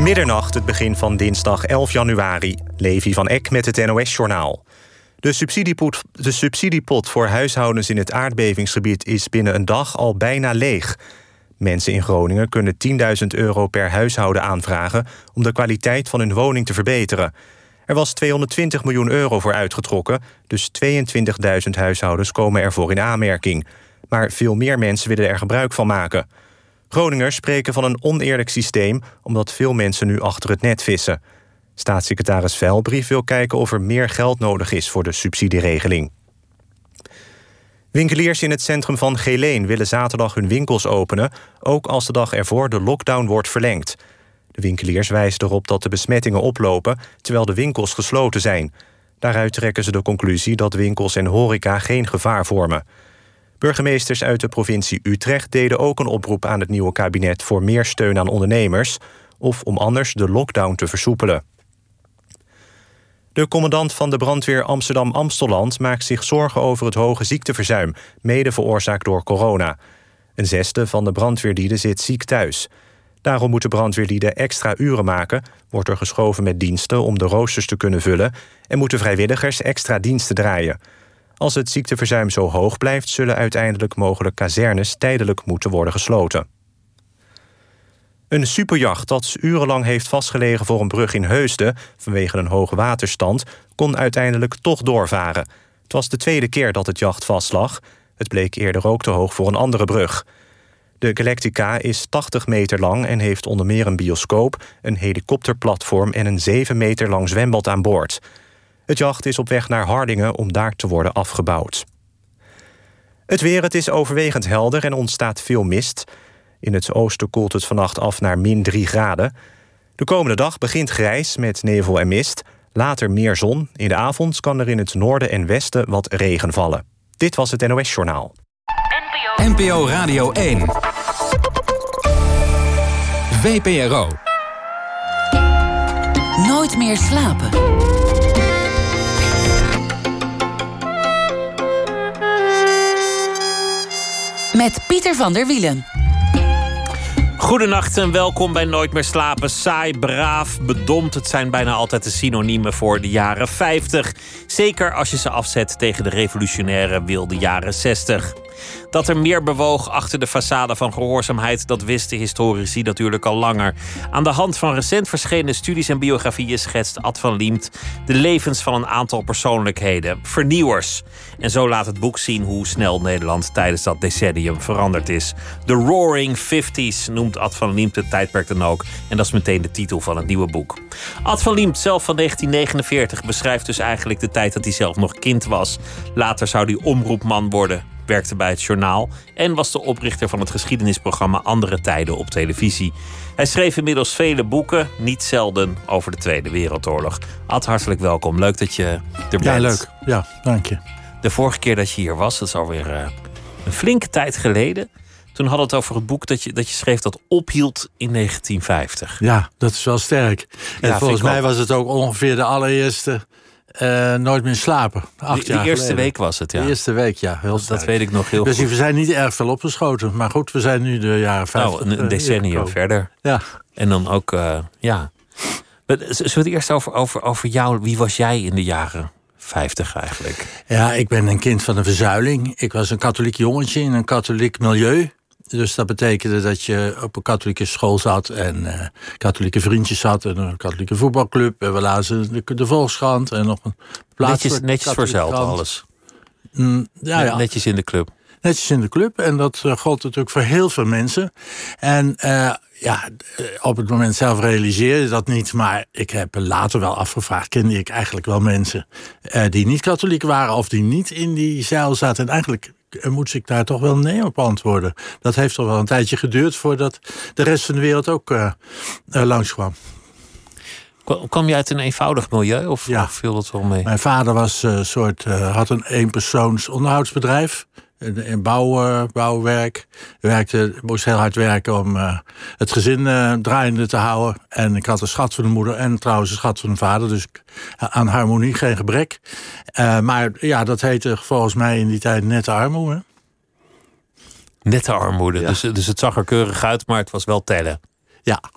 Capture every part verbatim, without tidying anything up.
Middernacht, het begin van dinsdag elf januari. Levi van Eck met het N O S-journaal. De subsidiepot, de subsidiepot voor huishoudens in het aardbevingsgebied is binnen een dag al bijna leeg. Mensen in Groningen kunnen tienduizend euro per huishouden aanvragen om de kwaliteit van hun woning te verbeteren. Er was tweehonderdtwintig miljoen euro voor uitgetrokken, dus tweeëntwintigduizend huishoudens komen ervoor in aanmerking. Maar veel meer mensen willen er gebruik van maken. Groningers spreken van een oneerlijk systeem, omdat veel mensen nu achter het net vissen. Staatssecretaris Velbrief wil kijken of er meer geld nodig is voor de subsidieregeling. Winkeliers in het centrum van Geleen willen zaterdag hun winkels openen, ook als de dag ervoor de lockdown wordt verlengd. De winkeliers wijzen erop dat de besmettingen oplopen, terwijl de winkels gesloten zijn. Daaruit trekken ze de conclusie dat winkels en horeca geen gevaar vormen. Burgemeesters uit de provincie Utrecht deden ook een oproep aan het nieuwe kabinet voor meer steun aan ondernemers, of om anders de lockdown te versoepelen. De commandant van de brandweer Amsterdam-Amstelland maakt zich zorgen over het hoge ziekteverzuim, mede veroorzaakt door corona. Een zesde van de brandweerlieden zit ziek thuis. Daarom moeten brandweerlieden extra uren maken, wordt er geschoven met diensten om de roosters te kunnen vullen en moeten vrijwilligers extra diensten draaien. Als het ziekteverzuim zo hoog blijft, zullen uiteindelijk mogelijk kazernes tijdelijk moeten worden gesloten. Een superjacht dat urenlang heeft vastgelegen voor een brug in Heusden vanwege een hoge waterstand, kon uiteindelijk toch doorvaren. Het was de tweede keer dat het jacht vastlag. Het bleek eerder ook te hoog voor een andere brug. De Galactica is tachtig meter lang en heeft onder meer een bioscoop, een helikopterplatform en een zeven meter lang zwembad aan boord. Het jacht is op weg naar Hardingen om daar te worden afgebouwd. Het weer, het is overwegend helder en ontstaat veel mist. In het oosten koelt het vannacht af naar min drie graden. De komende dag begint grijs met nevel en mist. Later meer zon. In de avond kan er in het noorden en westen wat regen vallen. Dit was het N O S-journaal. N P O Radio één. V P R O. Nooit meer slapen. Met Pieter van der Wielen. Goedenacht en welkom bij Nooit meer slapen. Saai, braaf, bedompt. Het zijn bijna altijd de synoniemen voor de jaren vijftig. Zeker als je ze afzet tegen de revolutionaire wilde jaren zestig. Dat er meer bewoog achter de façade van gehoorzaamheid, dat wisten historici natuurlijk al langer. Aan de hand van recent verschenen studies en biografieën schetst Ad van Liemt de levens van een aantal persoonlijkheden, vernieuwers. En zo laat het boek zien hoe snel Nederland tijdens dat decennium veranderd is. The Roaring Fifties noemt Ad van Liemt het tijdperk dan ook. En dat is meteen de titel van het nieuwe boek. Ad van Liemt, zelf van negentien negenenveertig, beschrijft dus eigenlijk de tijd dat hij zelf nog kind was. Later zou hij omroepman worden, werkte bij het journaal en was de oprichter van het geschiedenisprogramma Andere Tijden op televisie. Hij schreef inmiddels vele boeken, niet zelden over de Tweede Wereldoorlog. Ad, hartelijk welkom. Leuk dat je er bent. Ja, leuk. Ja, dank je. De vorige keer dat je hier was, dat is alweer uh, een flinke tijd geleden. Toen hadden we het over het boek dat je, dat je schreef dat ophield in negentien vijftig. Ja, dat is wel sterk. En ja, volgens mij was het ook ongeveer de allereerste Uh, Nooit meer slapen. Acht de, jaar de eerste geleden. week was het, ja. De eerste week, ja. Heel dat, dat weet ik nog heel dus goed. Dus we zijn niet erg veel opgeschoten. Maar goed, we zijn nu de jaren vijftig. Nou, een, een decennium uh, verder. Ja. En dan ook, uh, ja. Zullen we het eerst over, over, over jou? Wie was jij in de jaren vijftig eigenlijk? Ja, ik ben een kind van een verzuiling. Ik was een katholiek jongetje in een katholiek milieu. Dus dat betekende dat je op een katholieke school zat en uh, katholieke vriendjes had en een katholieke voetbalclub. En we lazen de, de Volkskrant en nog een plaats. Netjes, netjes verzeild alles. Mm, ja, ja. Netjes in de club. Netjes in de club. En dat uh, gold natuurlijk voor heel veel mensen. En uh, ja, op het moment zelf realiseerde dat niet. Maar ik heb later wel afgevraagd, kende ik eigenlijk wel mensen uh, die niet katholiek waren of die niet in die zeil zaten. En eigenlijk moet ik daar toch wel nee op antwoorden. Dat heeft toch wel een tijdje geduurd voordat de rest van de wereld ook uh, uh, langskwam. Kwam je uit een eenvoudig milieu of, ja. of viel dat wel mee? Mijn vader was, uh, soort, uh, had een eenpersoons onderhoudsbedrijf. In bouw, uh, bouwwerk. Werkte, moest heel hard werken om uh, het gezin uh, draaiende te houden. En ik had een schat van de moeder en trouwens een schat van de vader. Dus aan harmonie geen gebrek. Uh, maar ja, dat heette volgens mij in die tijd nette armoede. Nette armoede. Ja. Dus, dus het zag er keurig uit, maar het was wel tellen. Ja.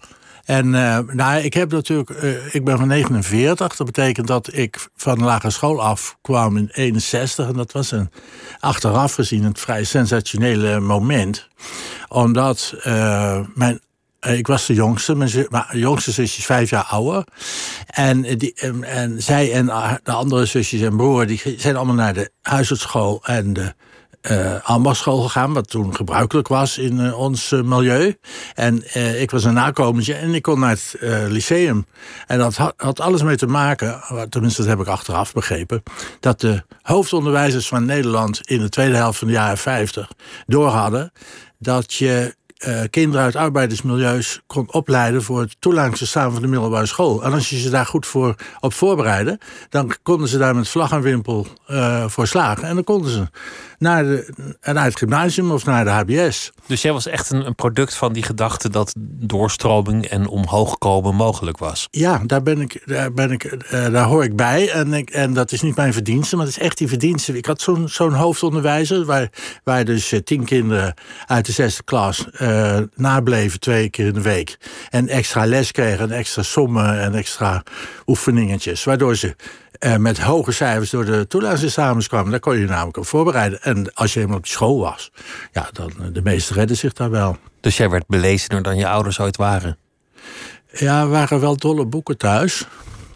En uh, nou, ik heb natuurlijk, uh, ik ben van negenenveertig. Dat betekent dat ik van de lagere school af kwam in eenenzestig. En dat was een achteraf gezien een vrij sensationele moment. Omdat uh, mijn Ik was de jongste. Mijn, zus, mijn jongste zusje is vijf jaar ouder. En, die, en, en zij en de andere zusjes en broer... die zijn allemaal naar de huisartsschool en de uh, ambachtschool gegaan... wat toen gebruikelijk was in uh, ons uh, milieu. En uh, ik was een nakomertje en ik kon naar het uh, lyceum. En dat had, had alles mee te maken... tenminste dat heb ik achteraf begrepen... dat de hoofdonderwijzers van Nederland... in de tweede helft van de jaren vijftig door hadden... dat je... Uh, kinderen uit arbeidersmilieus kon opleiden... voor het toelatingsexamen van de middelbare school. En als je ze daar goed voor op voorbereidde... dan konden ze daar met vlag en wimpel uh, voor slagen. En dan konden ze naar, de, naar het gymnasium of naar de H B S. Dus jij was echt een, een product van die gedachte... dat doorstroming en omhoog komen mogelijk was? Ja, daar, ben ik, daar, ben ik, uh, daar hoor ik bij. En, ik, en dat is niet mijn verdienste, maar dat is echt die verdienste. Ik had zo'n, zo'n hoofdonderwijzer... waar, waar dus uh, tien kinderen uit de zesde klas... Uh, nableven twee keer in de week. En extra les kregen, en extra sommen en extra oefeningetjes. Waardoor ze uh, met hoge cijfers door de toelatingsexamens kwamen. Daar kon je je namelijk op voorbereiden. En als je helemaal op school was, ja, dan uh, de meesten redden zich daar wel. Dus jij werd belezener dan je ouders ooit waren? Ja, we waren wel dolle boeken thuis.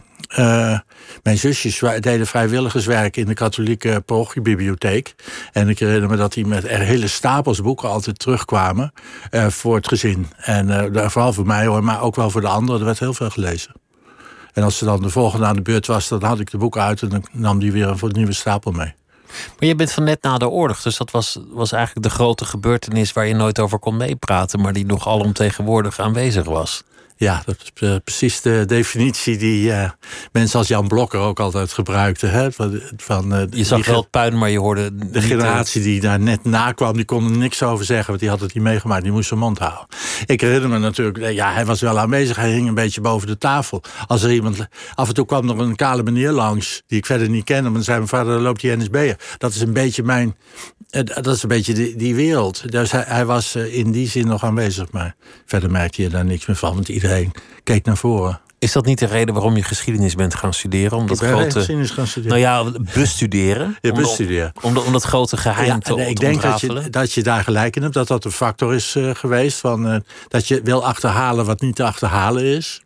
Uh, mijn zusjes deden vrijwilligerswerk in de katholieke parochiebibliotheek. En ik herinner me dat die met er hele stapels boeken altijd terugkwamen uh, voor het gezin. En uh, vooral voor mij hoor, maar ook wel voor de anderen. Er werd heel veel gelezen. En als ze dan de volgende aan de beurt was, dan had ik de boeken uit en dan nam die weer een nieuwe stapel mee. Maar je bent van net na de oorlog, dus dat was, was eigenlijk de grote gebeurtenis waar je nooit over kon meepraten, maar die nog alomtegenwoordig aanwezig was. Ja, dat is uh, precies de definitie die uh, mensen als Jan Blokker ook altijd gebruikten. Hè? Van, van, uh, je zag wel het puin, maar je hoorde... De generatie die daar net na kwam, die kon er niks over zeggen. Want die had het niet meegemaakt, die moest zijn mond houden. Ik herinner me natuurlijk, ja, hij was wel aanwezig. Hij hing een beetje boven de tafel. Als er iemand, af en toe kwam er een kale meneer langs, die ik verder niet kende. Maar dan zei mijn vader, dan loopt die N S B'er. Dat is een beetje mijn... Dat is een beetje die, die wereld. Dus hij, hij was in die zin nog aanwezig. Maar verder merkte je daar niks meer van. Want iedereen keek naar voren. Is dat niet de reden waarom je geschiedenis bent gaan studeren? Om dat ik ben grote... geschiedenis gaan studeren. Nou ja, bestuderen. Ja, bestuderen. Om, om, om dat grote geheim ja, te, nee, te ik denk dat ontrafelen. je, dat je daar gelijk in hebt. Dat dat een factor is uh, geweest. Van, uh, dat je wil achterhalen wat niet te achterhalen is.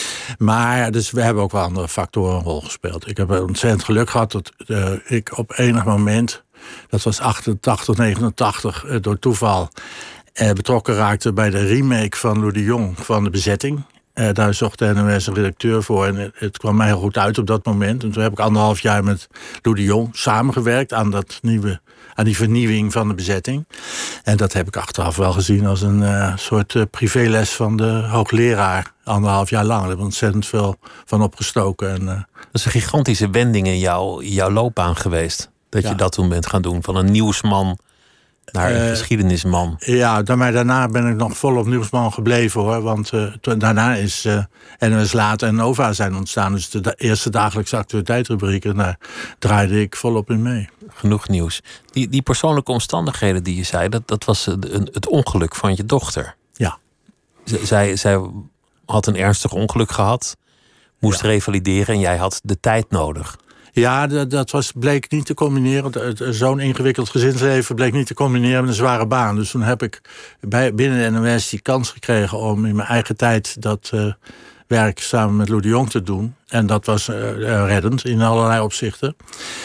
Maar dus we hebben ook wel andere factoren een rol gespeeld. Ik heb ontzettend geluk gehad dat uh, ik op enig moment... dat was achtentachtig, negenentachtig, uh, door toeval... Uh, betrokken raakte bij de remake van Lou de Jong van De Bezetting. Uh, daar zocht de N O S een redacteur voor. En het, het kwam mij heel goed uit op dat moment. En toen heb ik anderhalf jaar met Lou de Jong samengewerkt... aan, dat nieuwe, aan die vernieuwing van De Bezetting. En dat heb ik achteraf wel gezien als een uh, soort uh, privéles van de hoogleraar. Anderhalf jaar lang. Daar heb ik ontzettend veel van opgestoken. En, uh, dat is een gigantische wending in, jou, in jouw loopbaan geweest. Dat ja. je dat toen bent gaan doen. Van een nieuwsman naar een uh, geschiedenisman. Ja, maar daarna ben ik nog volop nieuwsman gebleven hoor. Want uh, toen, daarna is uh, N O S Laat en Nova zijn ontstaan. Dus de da- eerste dagelijkse actualiteitsrubrieken. Daar draaide ik volop in mee. Genoeg nieuws. Die, die persoonlijke omstandigheden die je zei... dat, dat was een, het ongeluk van je dochter. Ja. Z- zij, zij had een ernstig ongeluk gehad. Moest ja. revalideren en jij had de tijd nodig. Ja, dat, dat was, bleek niet te combineren. Zo'n ingewikkeld gezinsleven bleek niet te combineren met een zware baan. Dus toen heb ik bij, binnen de N O S die kans gekregen om in mijn eigen tijd dat uh, werk samen met Lou de Jong te doen. En dat was uh, reddend in allerlei opzichten.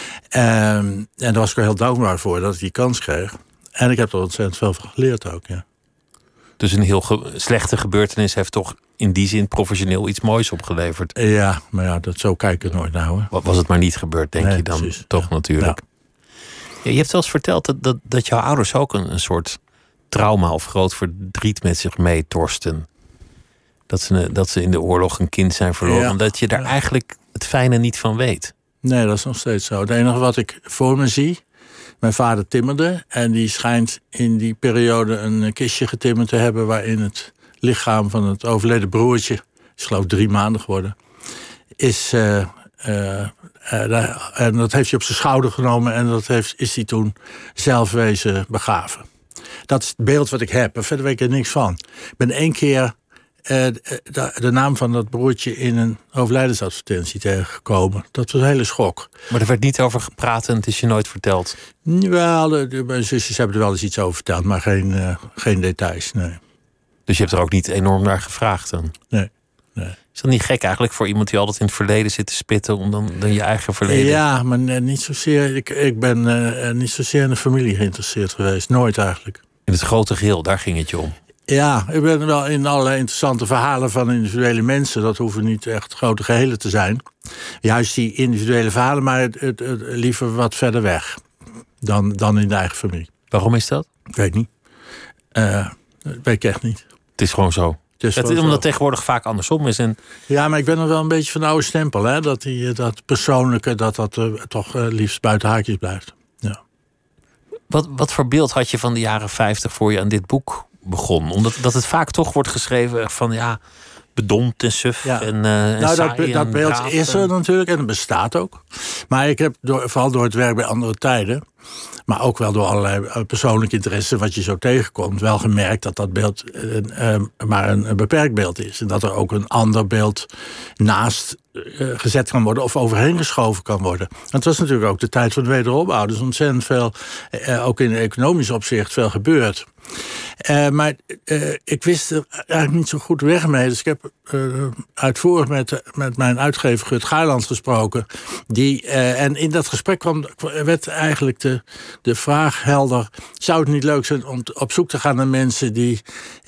Um, en daar was ik wel heel dankbaar voor dat ik die kans kreeg. En ik heb er ontzettend veel van geleerd ook, ja. Dus een heel ge- slechte gebeurtenis heeft toch in die zin professioneel iets moois opgeleverd. Ja, maar ja, dat zo kijk ik nooit naar hoor. Wat was het maar niet gebeurd, denk nee, je dan precies. toch ja. natuurlijk. Ja. Ja, je hebt wel eens verteld dat, dat, dat jouw ouders ook een, een soort trauma of groot verdriet met zich meetorsten. Dat ze, dat ze in de oorlog een kind zijn verloren. Ja. Omdat je daar ja. eigenlijk het fijne niet van weet. Nee, dat is nog steeds zo. Het enige wat ik voor me zie... Mijn vader timmerde en die schijnt in die periode een kistje getimmerd te hebben... waarin het lichaam van het overleden broertje, is geloof ik drie maanden geworden... is, uh, uh, uh, en dat heeft hij op zijn schouder genomen en dat heeft, is hij toen zelf wezen begraven. Dat is het beeld wat ik heb en verder weet ik er niks van. Ik ben één keer de, de naam van dat broertje in een overlijdensadvertentie tegengekomen. Dat was een hele schok. Maar er werd niet over gepraat en het is je nooit verteld? Wel, de, de, mijn zusjes hebben er wel eens iets over verteld, maar geen, uh, geen details, nee. Dus je hebt er ook niet enorm naar gevraagd dan? Nee, nee. Is dat niet gek eigenlijk voor iemand die altijd in het verleden zit te spitten om dan, dan je eigen verleden? Ja, maar uh, niet zozeer. Ik, ik ben uh, niet zozeer in de familie geïnteresseerd geweest. Nooit eigenlijk. In het grote geheel, daar ging het je om? Ja, ik ben wel in allerlei interessante verhalen van individuele mensen. Dat hoeven niet echt grote gehelen te zijn. Juist die individuele verhalen, maar het, het, het liever wat verder weg dan, dan in de eigen familie. Waarom is dat? Ik weet niet. Uh, dat weet ik echt niet. Het is gewoon zo. Het is, het is omdat het tegenwoordig vaak andersom is. En... Ja, maar ik ben er wel een beetje van de oude stempel. Hè? Dat, die, dat persoonlijke, dat dat uh, toch uh, liefst buiten haakjes blijft. Ja. Wat, wat voor beeld had je van de jaren vijftig voor je aan dit boek begon? Omdat dat het vaak toch wordt geschreven van ja, bedompt en suf. Ja. En, uh, nou, en dat, saai dat en beeld braaf is er en... natuurlijk en het bestaat ook. Maar ik heb door, vooral door het werk bij Andere Tijden, maar ook wel door allerlei persoonlijke interesse wat je zo tegenkomt, wel gemerkt dat dat beeld uh, uh, maar een, een beperkt beeld is. En dat er ook een ander beeld naast uh, gezet kan worden of overheen geschoven kan worden. En het was natuurlijk ook de tijd van de wederopbouw. Dus ontzettend veel, uh, ook in economisch opzicht, veel gebeurd. Uh, maar uh, ik wist er eigenlijk niet zo goed weg mee. Dus ik heb uh, uitvoerig met, met mijn uitgever Gut Gaarland gesproken. Die, uh, en in dat gesprek kwam, werd eigenlijk de, de vraag helder: zou het niet leuk zijn om op zoek te gaan naar mensen die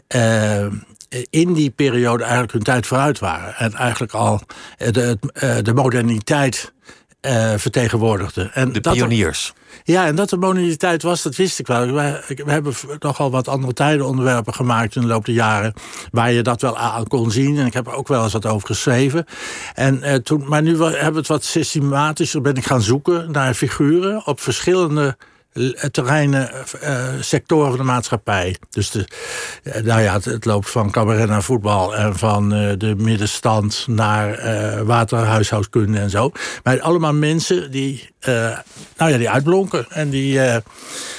Uh, in die periode eigenlijk hun tijd vooruit waren. En eigenlijk al de, de moderniteit uh, vertegenwoordigden. En de dat pioniers. Er, ja, en dat de moderniteit was, dat wist ik wel. We, we hebben nogal wat Andere Tijden onderwerpen gemaakt in de loop der jaren, waar je dat wel aan kon zien. En ik heb er ook wel eens wat over geschreven. En, uh, toen, maar nu hebben we het wat systematischer. Ben ik gaan zoeken naar figuren op verschillende terreinen, uh, sectoren van de maatschappij. Dus de, uh, nou ja, het, het loopt van cabaret naar voetbal en van uh, de middenstand naar uh, waterhuishoudkunde en zo. Maar allemaal mensen die, uh, nou ja, die uitblonken en die uh, uh,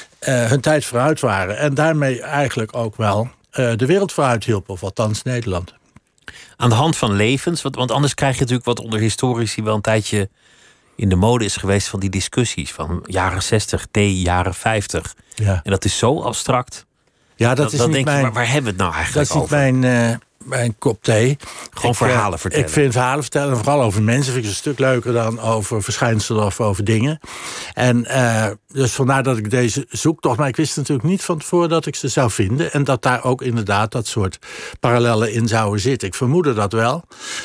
hun tijd vooruit waren. En daarmee eigenlijk ook wel uh, de wereld vooruit hielpen, of althans Nederland. Aan de hand van levens, want, want anders krijg je natuurlijk wat onder historici wel een tijdje in de mode is geweest van die discussies van jaren zestig tegen jaren vijftig. Ja. En dat is zo abstract. Ja, dat, dat is dan niet denk mijn, je, waar, waar hebben we het nou eigenlijk dat is over? Niet mijn, uh, mijn kop thee. Gewoon ik, verhalen uh, vertellen. Ik vind verhalen vertellen, vooral over mensen, vind ik een stuk leuker dan over verschijnselen of over dingen. En uh, dus vandaar dat ik deze zoektocht, maar ik wist natuurlijk niet van tevoren dat ik ze zou vinden. En dat daar ook inderdaad dat soort parallellen in zouden zitten. Ik vermoedde dat wel.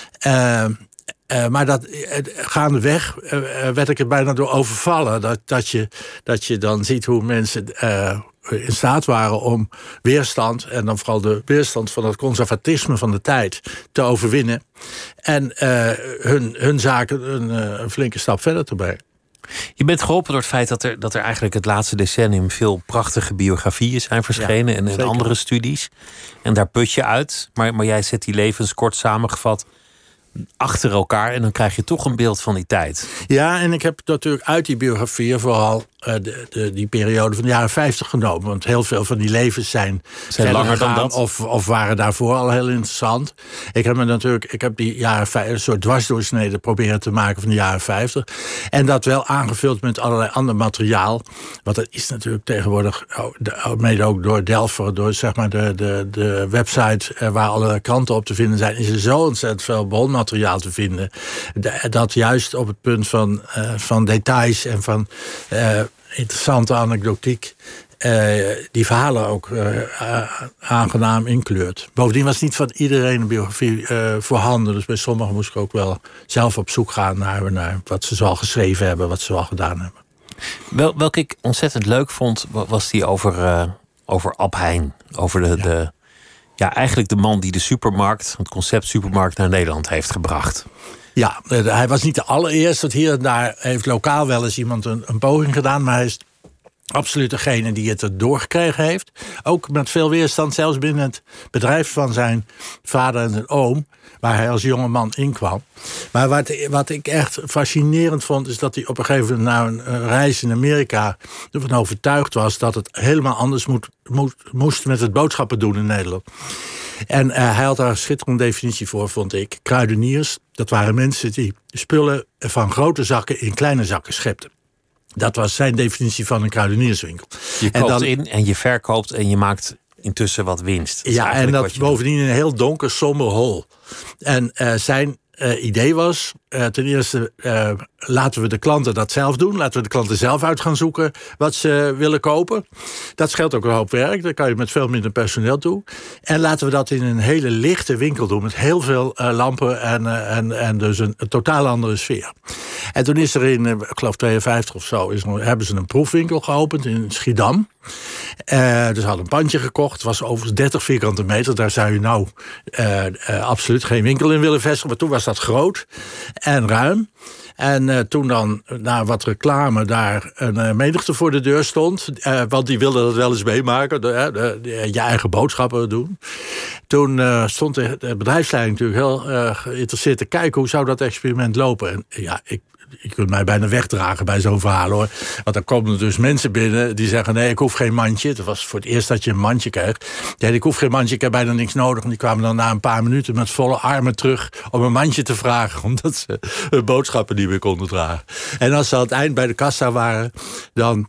Uh, Uh, maar dat, uh, gaandeweg uh, werd ik er bijna door overvallen. Dat, dat, je, dat je dan ziet hoe mensen uh, in staat waren om weerstand, en dan vooral de weerstand van het conservatisme van de tijd, te overwinnen. En uh, hun, hun zaken een, uh, een flinke stap verder te brengen. Je bent geholpen door het feit dat er, dat er eigenlijk het laatste decennium veel prachtige biografieën zijn verschenen. Ja, en, en andere studies. En daar put je uit. Maar, maar jij zet die levens kort samengevat achter elkaar en dan krijg je toch een beeld van die tijd. Ja, en ik heb natuurlijk uit die biografieën vooral uh, de, de, die periode van de jaren vijftig genomen. Want heel veel van die levens zijn, zijn langer dan dat. Of, of waren daarvoor al heel interessant. Ik heb me natuurlijk, ik heb die jaren vijftig, een soort dwarsdoorsnede proberen te maken van de jaren vijftig. En dat wel aangevuld met allerlei ander materiaal. Want dat is natuurlijk tegenwoordig, mede ook door Delver, door zeg maar de, de, de website waar alle kranten op te vinden zijn, is er zo ontzettend veel bronmateriaal te vinden. Dat juist op het punt van, uh, van details en van uh, interessante anekdotiek Uh, die verhalen ook uh, uh, aangenaam inkleurt. Bovendien was niet van iedereen een biografie uh, voorhanden. Dus bij sommigen moest ik ook wel zelf op zoek gaan naar, naar wat ze zoal geschreven hebben, wat ze zoal gedaan hebben. Wel, welke ik ontzettend leuk vond, was die over, uh, over Ab Heijn. Over de, ja. de, ja, eigenlijk de man die de supermarkt, het concept supermarkt naar Nederland heeft gebracht. Ja, hij was niet de allereerste. Hier en daar heeft lokaal wel eens iemand een, een poging gedaan, maar hij is absoluut degene die het er doorgekregen heeft. Ook met veel weerstand, zelfs binnen het bedrijf van zijn vader en zijn oom, waar hij als jonge man inkwam. Maar wat, wat ik echt fascinerend vond, is dat hij op een gegeven moment na een, een reis in Amerika ervan overtuigd was dat het helemaal anders moet, moet, moest met het boodschappen doen in Nederland. En uh, hij had daar een schitterende definitie voor, vond ik. Kruideniers, dat waren mensen die spullen van grote zakken in kleine zakken schepten. Dat was zijn definitie van een kruidenierswinkel. Je koopt en dan, in en je verkoopt en je maakt intussen wat winst. Dat ja, en dat bovendien in een heel donker, somber hol. En uh, zijn uh, idee was, uh, ten eerste, uh, laten we de klanten dat zelf doen. Laten we de klanten zelf uit gaan zoeken wat ze willen kopen. Dat scheelt ook een hoop werk. Daar kan je met veel minder personeel toe. En laten we dat in een hele lichte winkel doen. Met heel veel uh, lampen en, uh, en, en dus een, een totaal andere sfeer. En toen is er in, ik geloof tweeënvijftig of zo, is, hebben ze een proefwinkel geopend in Schiedam. Uh, dus hadden een pandje gekocht. Het was overigens dertig vierkante meter. Daar zou je nou uh, uh, absoluut geen winkel in willen vestigen. Maar toen was dat groot en ruim. En uh, toen dan, na wat reclame, daar een uh, menigte voor de deur stond. Uh, want die wilden dat wel eens meemaken. De, de, de, je eigen boodschappen doen. Toen uh, stond de, de bedrijfsleiding natuurlijk heel uh, geïnteresseerd te kijken. Hoe zou dat experiment lopen? En ja, ik... Je kunt mij bijna wegdragen bij zo'n verhaal, hoor. Want dan komen er dus mensen binnen die zeggen, nee, ik hoef geen mandje. Het was voor het eerst dat je een mandje kreeg. Ja, ik hoef geen mandje, ik heb bijna niks nodig. En die kwamen dan na een paar minuten met volle armen terug om een mandje te vragen, omdat ze hun boodschappen niet meer konden dragen. En als ze aan het eind bij de kassa waren, dan...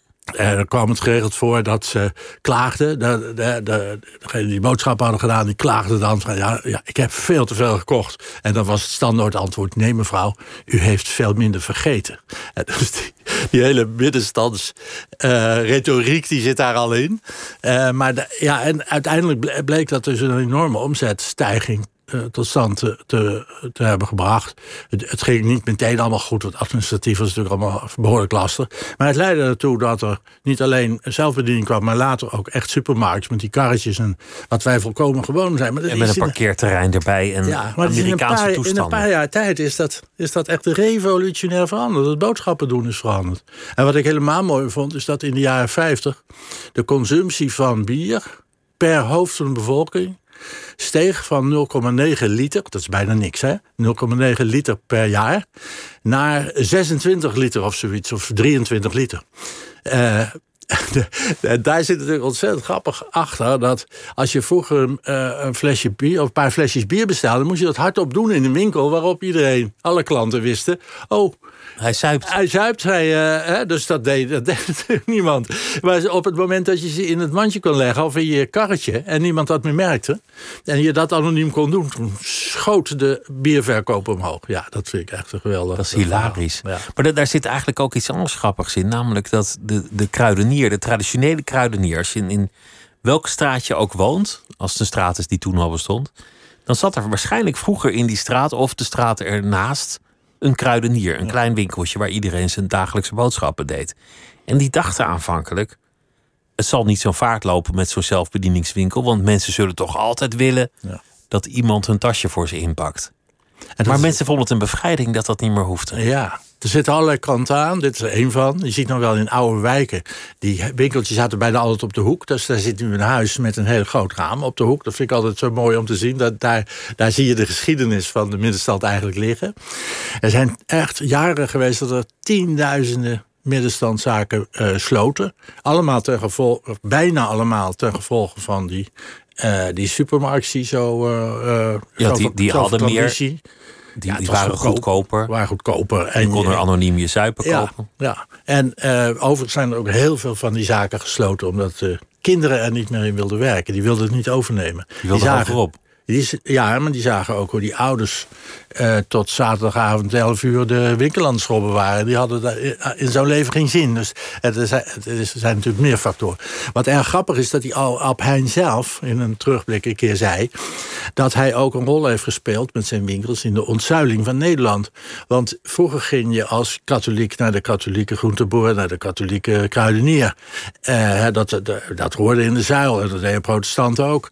En dan kwam het geregeld voor dat ze klaagden. De, de, de, degene die boodschappen hadden gedaan, die klaagden dan van... Ja, ja, ik heb veel te veel gekocht. En dan was het standaard antwoord... Nee, mevrouw, u heeft veel minder vergeten. En dus die, die hele middenstands uh, retoriek, die zit daar al in. Uh, maar de, ja, en uiteindelijk bleek dat dus een enorme omzetstijging tot stand te, te, te hebben gebracht. Het, het ging niet meteen allemaal goed, want administratief was natuurlijk allemaal behoorlijk lastig. Maar het leidde ertoe dat er niet alleen zelfbediening kwam, maar later ook echt supermarkts met die karretjes en wat wij volkomen gewoon zijn. Maar en met een parkeerterrein erbij en ja, maar Amerikaanse in een paar, toestanden. In een paar jaar tijd is dat, is dat echt revolutionair veranderd. Het boodschappen doen is veranderd. En wat ik helemaal mooi vond, is dat in de jaren vijftig de consumptie van bier per hoofd van de bevolking steeg van nul komma negen liter, dat is bijna niks, hè? nul komma negen liter per jaar, naar zesentwintig liter of zoiets, of drieëntwintig liter. Uh, de, de, daar zit natuurlijk ontzettend grappig achter, dat als je vroeger uh, een flesje bier, of een paar flesjes bier bestelde, moest je dat hardop doen in een winkel, waarop iedereen, alle klanten wisten, oh, Hij zuipt. Hij zuipt, hij, uh, hè, dus dat deed, dat deed natuurlijk niemand. Maar op het moment dat je ze in het mandje kon leggen of in je karretje en niemand dat meer merkte, en je dat anoniem kon doen, toen schoot de bierverkoop omhoog. Ja, dat vind ik echt geweldig. Dat is hilarisch. Ja. Maar da- daar zit eigenlijk ook iets anders grappigs in. Namelijk dat de, de kruidenier, de traditionele kruidenier, als je in, in welk straat je ook woont, als het een straat is die toen al bestond, dan zat er waarschijnlijk vroeger in die straat of de straat ernaast een kruidenier, een ja. klein winkeltje waar iedereen zijn dagelijkse boodschappen deed. En die dachten aanvankelijk, het zal niet zo'n vaart lopen met zo'n zelfbedieningswinkel, want mensen zullen toch altijd willen ja. dat iemand hun tasje voor ze inpakt. En maar is... mensen vonden het een bevrijding dat dat niet meer hoefde. Ja, er zitten allerlei kanten aan. Dit is er één van. Je ziet nog wel in oude wijken. Die winkeltjes zaten bijna altijd op de hoek. Dus daar zit nu een huis met een heel groot raam op de hoek. Dat vind ik altijd zo mooi om te zien. Dat daar, daar zie je de geschiedenis van de middenstand eigenlijk liggen. Er zijn echt jaren geweest dat er tienduizenden middenstandszaken uh, sloten. Allemaal ten gevolge, bijna allemaal ten gevolge van die, uh, die supermarkts die zo... Uh, ja, zo die, die zo hadden meer... Die, ja, die waren goedkoop, goedkoper. waren goedkoper. En je kon er anoniem je zuipen ja, kopen. Ja, en uh, overigens zijn er ook heel veel van die zaken gesloten, omdat uh, kinderen er niet meer in wilden werken. Die wilden het niet overnemen. Die wilden die zagen, op. Die, ja, maar die zagen ook hoe die ouders uh, tot zaterdagavond elf uur de winkel aan het schrobben waren. Die hadden daar in zo'n leven geen zin. Dus het is, het is, er zijn natuurlijk meer factoren. Wat erg grappig is dat die Ab Heijn zelf in een terugblik een keer zei dat hij ook een rol heeft gespeeld met zijn winkels in de ontzuiling van Nederland. Want vroeger ging je als katholiek naar de katholieke groenteboer, naar de katholieke kruidenier. Uh, dat, dat, dat hoorde in de zuil en dat deden protestanten ook.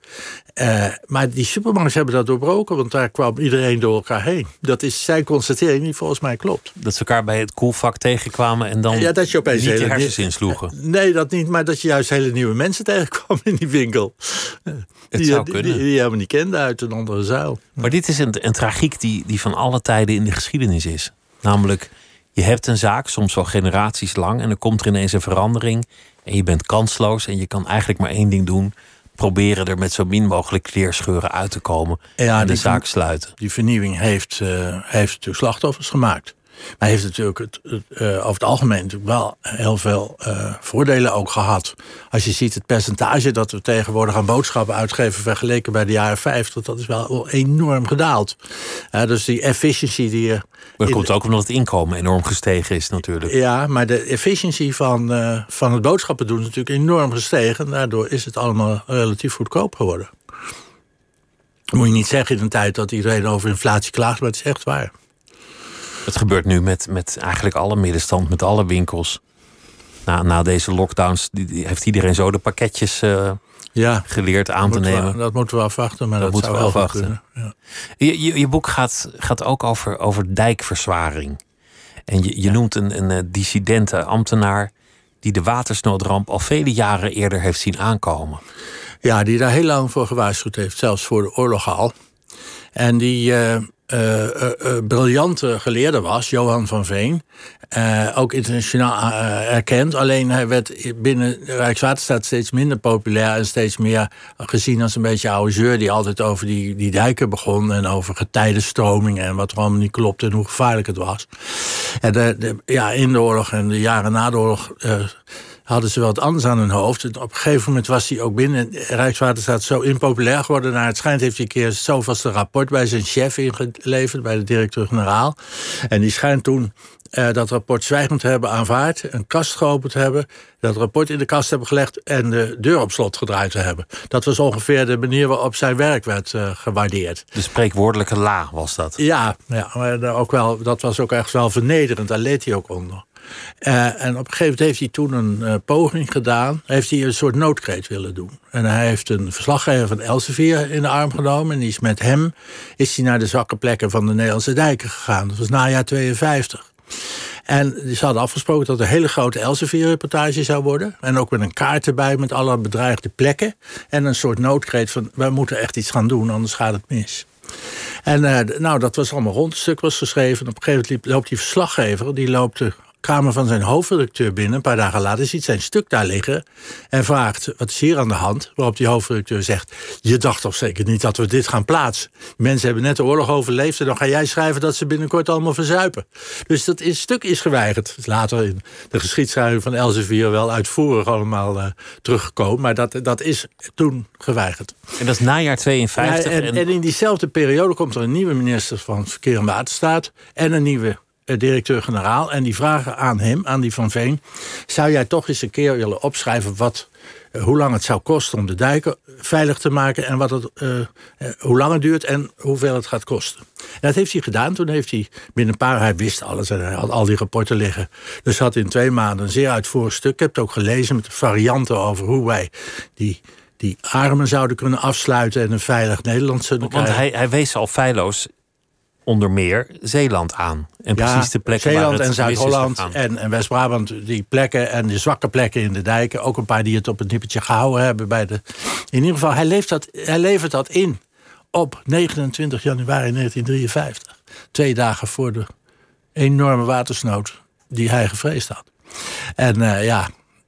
Uh, maar die supermarkten hebben dat doorbroken, want daar kwam iedereen door elkaar heen. Dat is zijn constatering die volgens mij klopt. Dat ze elkaar bij het koelvak tegenkwamen en dan ja, dat je opeens niet hele, je hersens insloegen. Nee, dat niet, maar dat je juist hele nieuwe mensen tegenkwam in die winkel. Het die, zou die, kunnen. Die, die je helemaal niet kende uit een andere zaal. Maar dit is een, een tragiek die, die van alle tijden in de geschiedenis is. Namelijk, je hebt een zaak, soms wel generaties lang, en er komt er ineens een verandering en je bent kansloos en je kan eigenlijk maar één ding doen: proberen er met zo min mogelijk kleerscheuren uit te komen ja, en de zaak sluiten. Die vernieuwing heeft, uh, heeft natuurlijk slachtoffers gemaakt. Maar heeft natuurlijk het, het, uh, over het algemeen natuurlijk wel heel veel uh, voordelen ook gehad. Als je ziet het percentage dat we tegenwoordig aan boodschappen uitgeven vergeleken bij de jaren vijftig, dat is wel enorm gedaald. Uh, dus die efficiency die je. Maar dat komt ook omdat het inkomen enorm gestegen is natuurlijk. Ja, maar de efficiëntie van, uh, van het boodschappen doen is natuurlijk enorm gestegen. Daardoor is het allemaal relatief goedkoop geworden. Moet je niet zeggen in een tijd dat iedereen over inflatie klaagt, maar het is echt waar. Het gebeurt nu met, met eigenlijk alle middenstand, met alle winkels. Na, na deze lockdowns die, die heeft iedereen zo de pakketjes uh, ja, geleerd aan te nemen. We, dat moeten we afwachten, maar dat, dat moeten we afwachten. Ja. Je, je, je boek gaat, gaat ook over, over dijkverzwaring. En je, je ja. noemt een, een dissidente ambtenaar die de watersnoodramp al vele jaren eerder heeft zien aankomen. Ja, die daar heel lang voor gewaarschuwd heeft, zelfs voor de oorlog al. En die uh, uh, uh, uh, briljante geleerde was, Johan van Veen. Uh, ook internationaal uh, erkend. Alleen hij werd binnen Rijkswaterstaat steeds minder populair en steeds meer gezien als een beetje oude zeur die altijd over die, die dijken begon en over getijdenstromingen en wat er allemaal niet klopte en hoe gevaarlijk het was. En de, de, ja, in de oorlog en de jaren na de oorlog Uh, hadden ze wel wat anders aan hun hoofd. En op een gegeven moment was hij ook binnen Rijkswaterstaat zo impopulair geworden. Naar het schijnt heeft hij een keer zoveelste rapport bij zijn chef ingeleverd, bij de directeur-generaal. En die schijnt toen uh, dat rapport zwijgend te hebben aanvaard, een kast geopend te hebben, dat rapport in de kast hebben gelegd en de deur op slot gedraaid te hebben. Dat was ongeveer de manier waarop zijn werk werd uh, gewaardeerd. De spreekwoordelijke la was dat. Ja, ja, maar ook wel, dat was ook echt wel vernederend. Daar leed hij ook onder. Uh, en op een gegeven moment heeft hij toen een uh, poging gedaan. Heeft hij een soort noodkreet willen doen. En hij heeft een verslaggever van Elsevier in de arm genomen. En die is met hem is hij naar de zwakke plekken van de Nederlandse dijken gegaan. Dat was najaar tweeënvijftig. En ze hadden afgesproken dat er een hele grote Elsevier-reportage zou worden. En ook met een kaart erbij met alle bedreigde plekken. En een soort noodkreet van, wij moeten echt iets gaan doen, anders gaat het mis. En uh, nou, dat was allemaal rond. Het stuk was geschreven. En op een gegeven moment loopt die verslaggever, die loopt de kamer van zijn hoofdredacteur binnen. Een paar dagen later ziet zijn stuk daar liggen en vraagt, wat is hier aan de hand? Waarop die hoofdredacteur zegt, je dacht toch zeker niet dat we dit gaan plaatsen? Mensen hebben net de oorlog overleefd en dan ga jij schrijven dat ze binnenkort allemaal verzuipen. Dus dat is, stuk is geweigerd. Later in de geschiedschrijving van Elsevier wel uitvoerig allemaal uh, teruggekomen, maar dat, dat is toen geweigerd. En dat is najaar tweeënvijftig. Ja, en, en... en in diezelfde periode komt er een nieuwe minister van Verkeer en Waterstaat en een nieuwe directeur-generaal. En die vragen aan hem, aan die Van Veen, zou jij toch eens een keer willen opschrijven wat, uh, hoe lang het zou kosten om de dijken veilig te maken en wat het, uh, uh, hoe lang het duurt en hoeveel het gaat kosten. En dat heeft hij gedaan. Toen heeft hij binnen een paar, hij wist alles en hij had al die rapporten liggen. Dus had in twee maanden een zeer uitvoerig stuk. Ik heb het ook gelezen met de varianten over hoe wij die die armen zouden kunnen afsluiten en een veilig Nederland zullen krijgen. Want hij, hij wees al feilloos onder meer Zeeland aan. En ja, precies de plekken Zeeland waar het en Zuid-Holland en, en West-Brabant, die plekken en de zwakke plekken in de dijken. Ook een paar die het op het nippertje gehouden hebben. Bij de, in ieder geval, hij, leeft dat, hij levert dat in op negenentwintig januari negentien drieënvijftig. Twee dagen voor de enorme watersnood die hij gevreesd had. En uh, ja,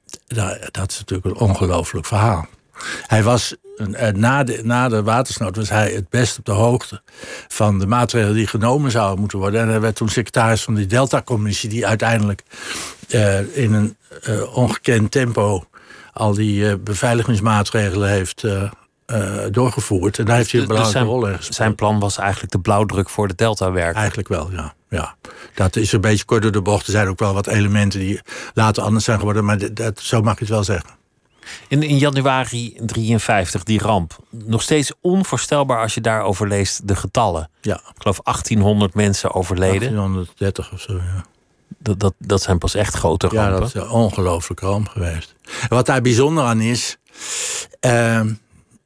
dat is natuurlijk een ongelooflijk verhaal. Hij was, na de, na de watersnood was hij het best op de hoogte van de maatregelen die genomen zouden moeten worden. En hij werd toen secretaris van die Delta-commissie die uiteindelijk uh, in een uh, ongekend tempo al die uh, beveiligingsmaatregelen heeft uh, uh, doorgevoerd. En daar heeft hij een belangrijke dus zijn, rol in gespeeld. Zijn plan was eigenlijk de blauwdruk voor de Delta-werk. Eigenlijk wel, ja. ja. Dat is een beetje kort door de bocht. Er zijn ook wel wat elementen die later anders zijn geworden, maar dat, dat, zo mag je het wel zeggen. In, in januari drieënvijftig, die ramp. Nog steeds onvoorstelbaar als je daarover leest de getallen. Ja. Ik geloof achttienhonderd mensen overleden. achttienhonderddertig of zo, ja. Dat, dat, dat zijn pas echt grote rampen. Ja, dat is een ongelooflijke ramp geweest. En wat daar bijzonder aan is, Uh,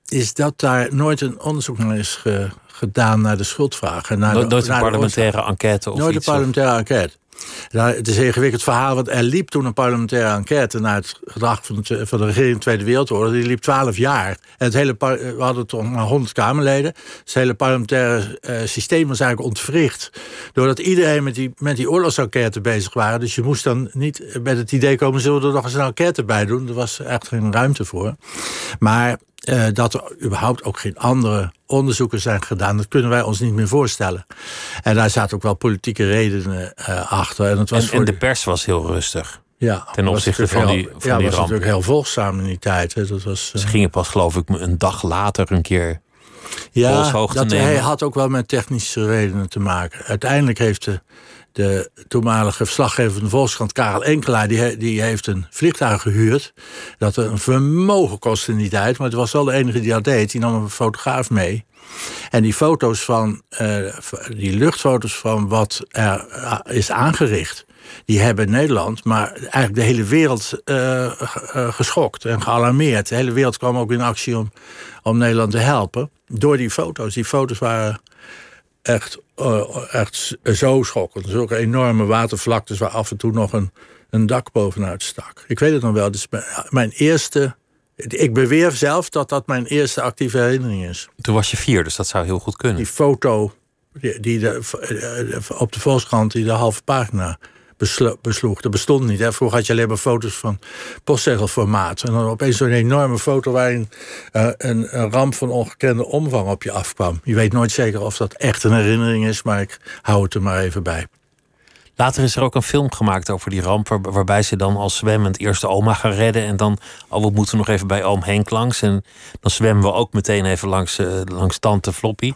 is dat daar nooit een onderzoek naar is ge, gedaan naar de schuldvragen. Naar Nooit de, een naar parlementaire enquête of nooit iets? een parlementaire enquête. Nou, het is een ingewikkeld verhaal, want er liep toen een parlementaire enquête naar het gedrag van de, van de regering in de Tweede Wereldoorlog. Die liep twaalf jaar. En het hele par, we hadden toch maar honderd Kamerleden. Het hele parlementaire uh, systeem was eigenlijk ontwricht. Doordat iedereen met die, met die oorlogsenquête bezig waren. Dus je moest dan niet met het idee komen, zullen we er nog eens een enquête bij doen? Er was echt geen ruimte voor. Maar uh, dat er überhaupt ook geen andere onderzoeken zijn gedaan, dat kunnen wij ons niet meer voorstellen. En daar zaten ook wel politieke redenen uh, achter. En, het was en, voor en de pers was heel rustig. Ja, ten opzichte van heel, die, van ja, die was ramp. natuurlijk heel volgzaam in die tijd. Hè. Dat was, uh, Ze gingen pas, geloof ik, een dag later een keer ja, polshoogte dat nemen. hij had ook wel met technische redenen te maken. Uiteindelijk heeft de, de toenmalige verslaggever van de Volkskrant, Karel Enkelaar, die, die heeft een vliegtuig gehuurd. Dat een vermogen kostte in die tijd, maar het was wel de enige die dat deed. Die nam een fotograaf mee. En die foto's van, uh, die luchtfoto's van wat er uh, is aangericht, die hebben Nederland, maar eigenlijk de hele wereld uh, uh, geschokt en gealarmeerd. De hele wereld kwam ook in actie om, om Nederland te helpen door die foto's. Die foto's waren echt, uh, echt zo schokkend. Zulke enorme watervlaktes waar af en toe nog een, een dak bovenuit stak. Ik weet het nog wel. Dus mijn eerste... Ik beweer zelf dat dat mijn eerste actieve herinnering is. Toen was je vier, dus dat zou heel goed kunnen. Die foto die, die de, op de Volkskrant die de halve pagina beslo, besloeg. Dat bestond niet. Hè. Vroeger had je alleen maar foto's van postzegelformaat. En dan opeens zo'n enorme foto waarin uh, een, een ramp van ongekende omvang op je afkwam. Je weet nooit zeker of dat echt een herinnering is, maar ik hou het er maar even bij. Later is er ook een film gemaakt over die ramp, waar, waarbij ze dan als zwemmend eerst de oma gaan redden en dan, oh, we moeten nog even bij oom Henk langs. En dan zwemmen we ook meteen even langs, uh, langs tante Floppy.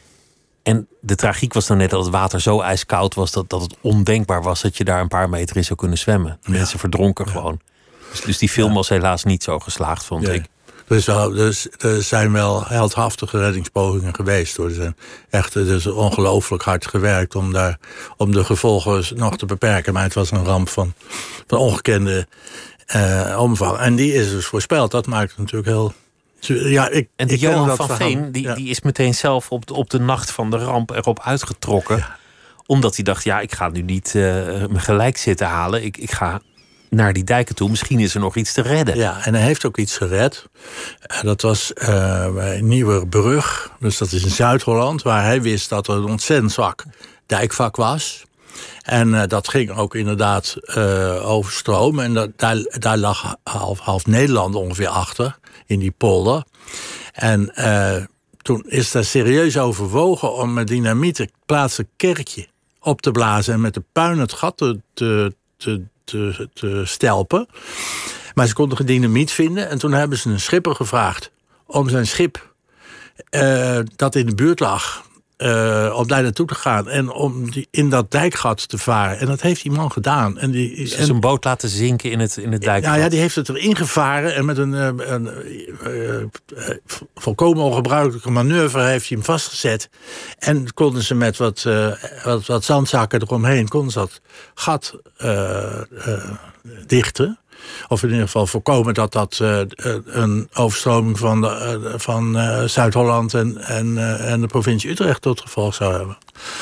En de tragiek was dan net dat het water zo ijskoud was dat, dat het ondenkbaar was dat je daar een paar meter in zou kunnen zwemmen. De mensen ja. verdronken ja. gewoon. Dus, dus die film ja. was helaas niet zo geslaagd, vond nee. ik. Er, is wel, dus, er zijn wel heldhaftige reddingspogingen geweest. Hoor. Er zijn echt, het is ongelooflijk hard gewerkt om, daar, om de gevolgen nog te beperken. Maar het was een ramp van, van ongekende uh, omvang. En die is dus voorspeld. Dat maakt het natuurlijk heel... Ja, ik, en die ik Johan van Veen, die, ja. die is meteen zelf op de, op de nacht van de ramp erop uitgetrokken. Ja. Omdat hij dacht, ja, ik ga nu niet uh, me gelijk zitten halen. Ik, ik ga naar die dijken toe. Misschien is er nog iets te redden. Ja, en hij heeft ook iets gered. Uh, dat was uh, bij Nieuwerbrug. Dus dat is in Zuid-Holland. Waar hij wist dat er een ontzettend zwak dijkvak was. En uh, dat ging ook inderdaad uh, overstromen. En dat, daar, daar lag half, half Nederland ongeveer achter. In die polder. En uh, toen is daar serieus overwogen om met dynamiet het plaatselijk kerkje op te blazen. En met de puin het gat te, te, te, te, te stelpen. Maar ze konden geen dynamiet vinden. En toen hebben ze een schipper gevraagd om zijn schip uh, dat in de buurt lag... Uh, om daar naartoe te gaan en om die, in dat dijkgat te varen. En dat heeft die man gedaan. En die, dus en, een boot laten zinken in het, in het dijkgat? Nou ja, die heeft het erin gevaren en met een, een, een uh, uh, volkomen ongebruikelijke manoeuvre heeft hij hem vastgezet. En konden ze met wat, uh, wat, wat zandzakken eromheen, konden ze dat gat uh, uh, dichten. Of in ieder geval voorkomen dat dat uh, een overstroming van, de, uh, van uh, Zuid-Holland en, en, uh, en de provincie Utrecht tot gevolg zou hebben.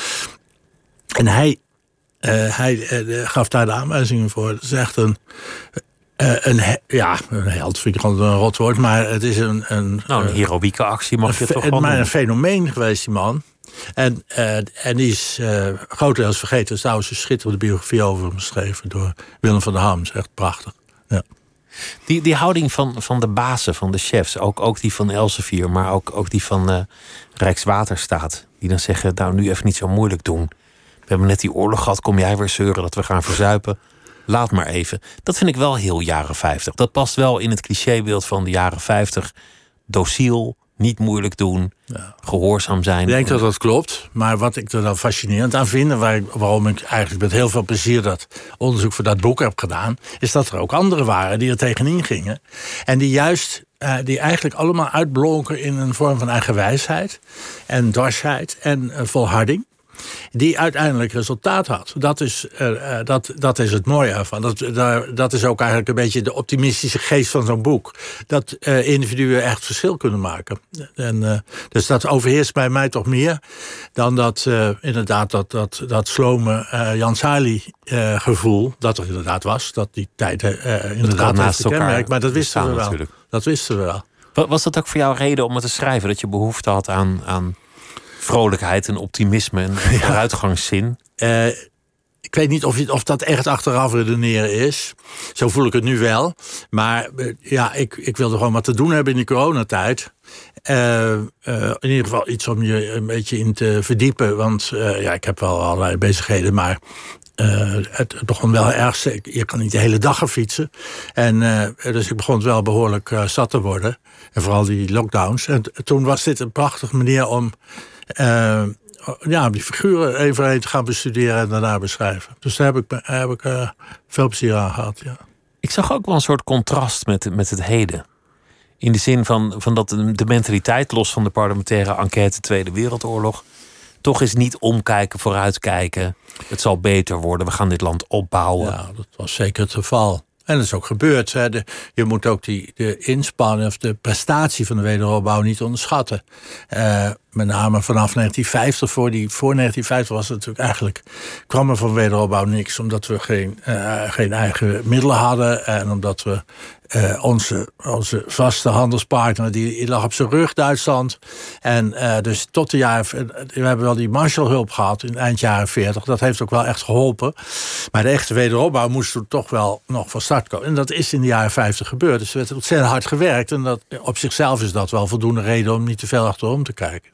En hij, uh, hij uh, gaf daar de aanwijzingen voor. Het is echt een, uh, een, he- ja, een held vind ik gewoon een rot woord, maar het is een... een nou, een heroïeke actie mag je een, toch wel maar doen. een fenomeen geweest, die man. En, uh, en die is uh, grotendeels vergeten. Er is trouwens een schitterende biografie over hem geschreven door Willem van der Ham. Dat is echt prachtig. Ja. Die, die houding van, van de bazen, van de chefs, ook, ook die van Elsevier, maar ook, ook die van uh, Rijkswaterstaat, die dan zeggen, nou, nu even niet zo moeilijk doen. We hebben net die oorlog gehad, kom jij weer zeuren dat we gaan verzuipen? Laat maar even. Dat vind ik wel heel jaren vijftig. Dat past wel in het clichébeeld van de jaren vijftig. Dociel, niet moeilijk doen, ja. gehoorzaam zijn. Ik denk dat dat klopt. Maar wat ik er dan fascinerend aan vind, en waar ik, waarom ik eigenlijk met heel veel plezier dat onderzoek voor dat boek heb gedaan, is dat er ook anderen waren die er tegenin gingen. En die juist, uh, die eigenlijk allemaal uitblonken in een vorm van eigen wijsheid en dwarsheid en uh, volharding. die uiteindelijk resultaat had. Dat is, uh, dat, dat is het mooie ervan. Dat, daar, dat is ook eigenlijk een beetje de optimistische geest van zo'n boek. Dat uh, individuen echt verschil kunnen maken. En, uh, dus dat overheerst bij mij toch meer dan dat uh, inderdaad dat, dat, dat slome uh, Jan Salie uh, gevoel, dat er inderdaad was, dat die tijden uh, inderdaad naast elkaar kenmerkt. Maar dat wisten we wel. Natuurlijk. Dat wisten we wel. Was dat ook voor jou reden om het te schrijven? Dat je behoefte had aan, aan vrolijkheid en optimisme en Ja. vooruitgangszin? Uh, ik weet niet of, je, of dat echt achteraf redeneren is. Zo voel ik het nu wel. Maar uh, ja, ik, ik wilde gewoon wat te doen hebben in die coronatijd. Uh, uh, in ieder geval iets om je een beetje in te verdiepen. Want uh, ja, ik heb wel allerlei bezigheden, maar Uh, het begon wel erg. Je kan niet de hele dag gaan fietsen. En uh, dus ik begon het wel behoorlijk uh, zat te worden. En vooral die lockdowns. En t- toen was dit een prachtige manier om uh, ja, die figuren één voor één te gaan bestuderen en daarna beschrijven. Dus daar heb ik, daar heb ik uh, veel plezier aan gehad. Ja. Ik zag ook wel een soort contrast met, met het heden. In de zin van, van dat de mentaliteit, los van de parlementaire enquête Tweede Wereldoorlog, toch is niet omkijken, vooruitkijken. Het zal beter worden, we gaan dit land opbouwen. Ja, dat was zeker het geval. En dat is ook gebeurd. Hè. De, je moet ook die, de inspanning of de prestatie van de wederopbouw niet onderschatten. Uh, met name vanaf negentien vijftig, voor, die, voor negentien vijftig was het natuurlijk eigenlijk, kwam er van wederopbouw niks. Omdat we geen, uh, geen eigen middelen hadden. En omdat we uh, onze, onze vaste handelspartner, die, die lag op zijn rug, Duitsland. En uh, dus tot de jaren, we hebben wel die Marshallhulp gehad in eind jaren veertig. Dat heeft ook wel echt geholpen. Maar de echte wederopbouw moest toen toch wel nog van start komen. En dat is in de jaren vijftig gebeurd. Dus er werd ontzettend hard gewerkt. En dat, op zichzelf is dat wel voldoende reden om niet te veel achterom te kijken.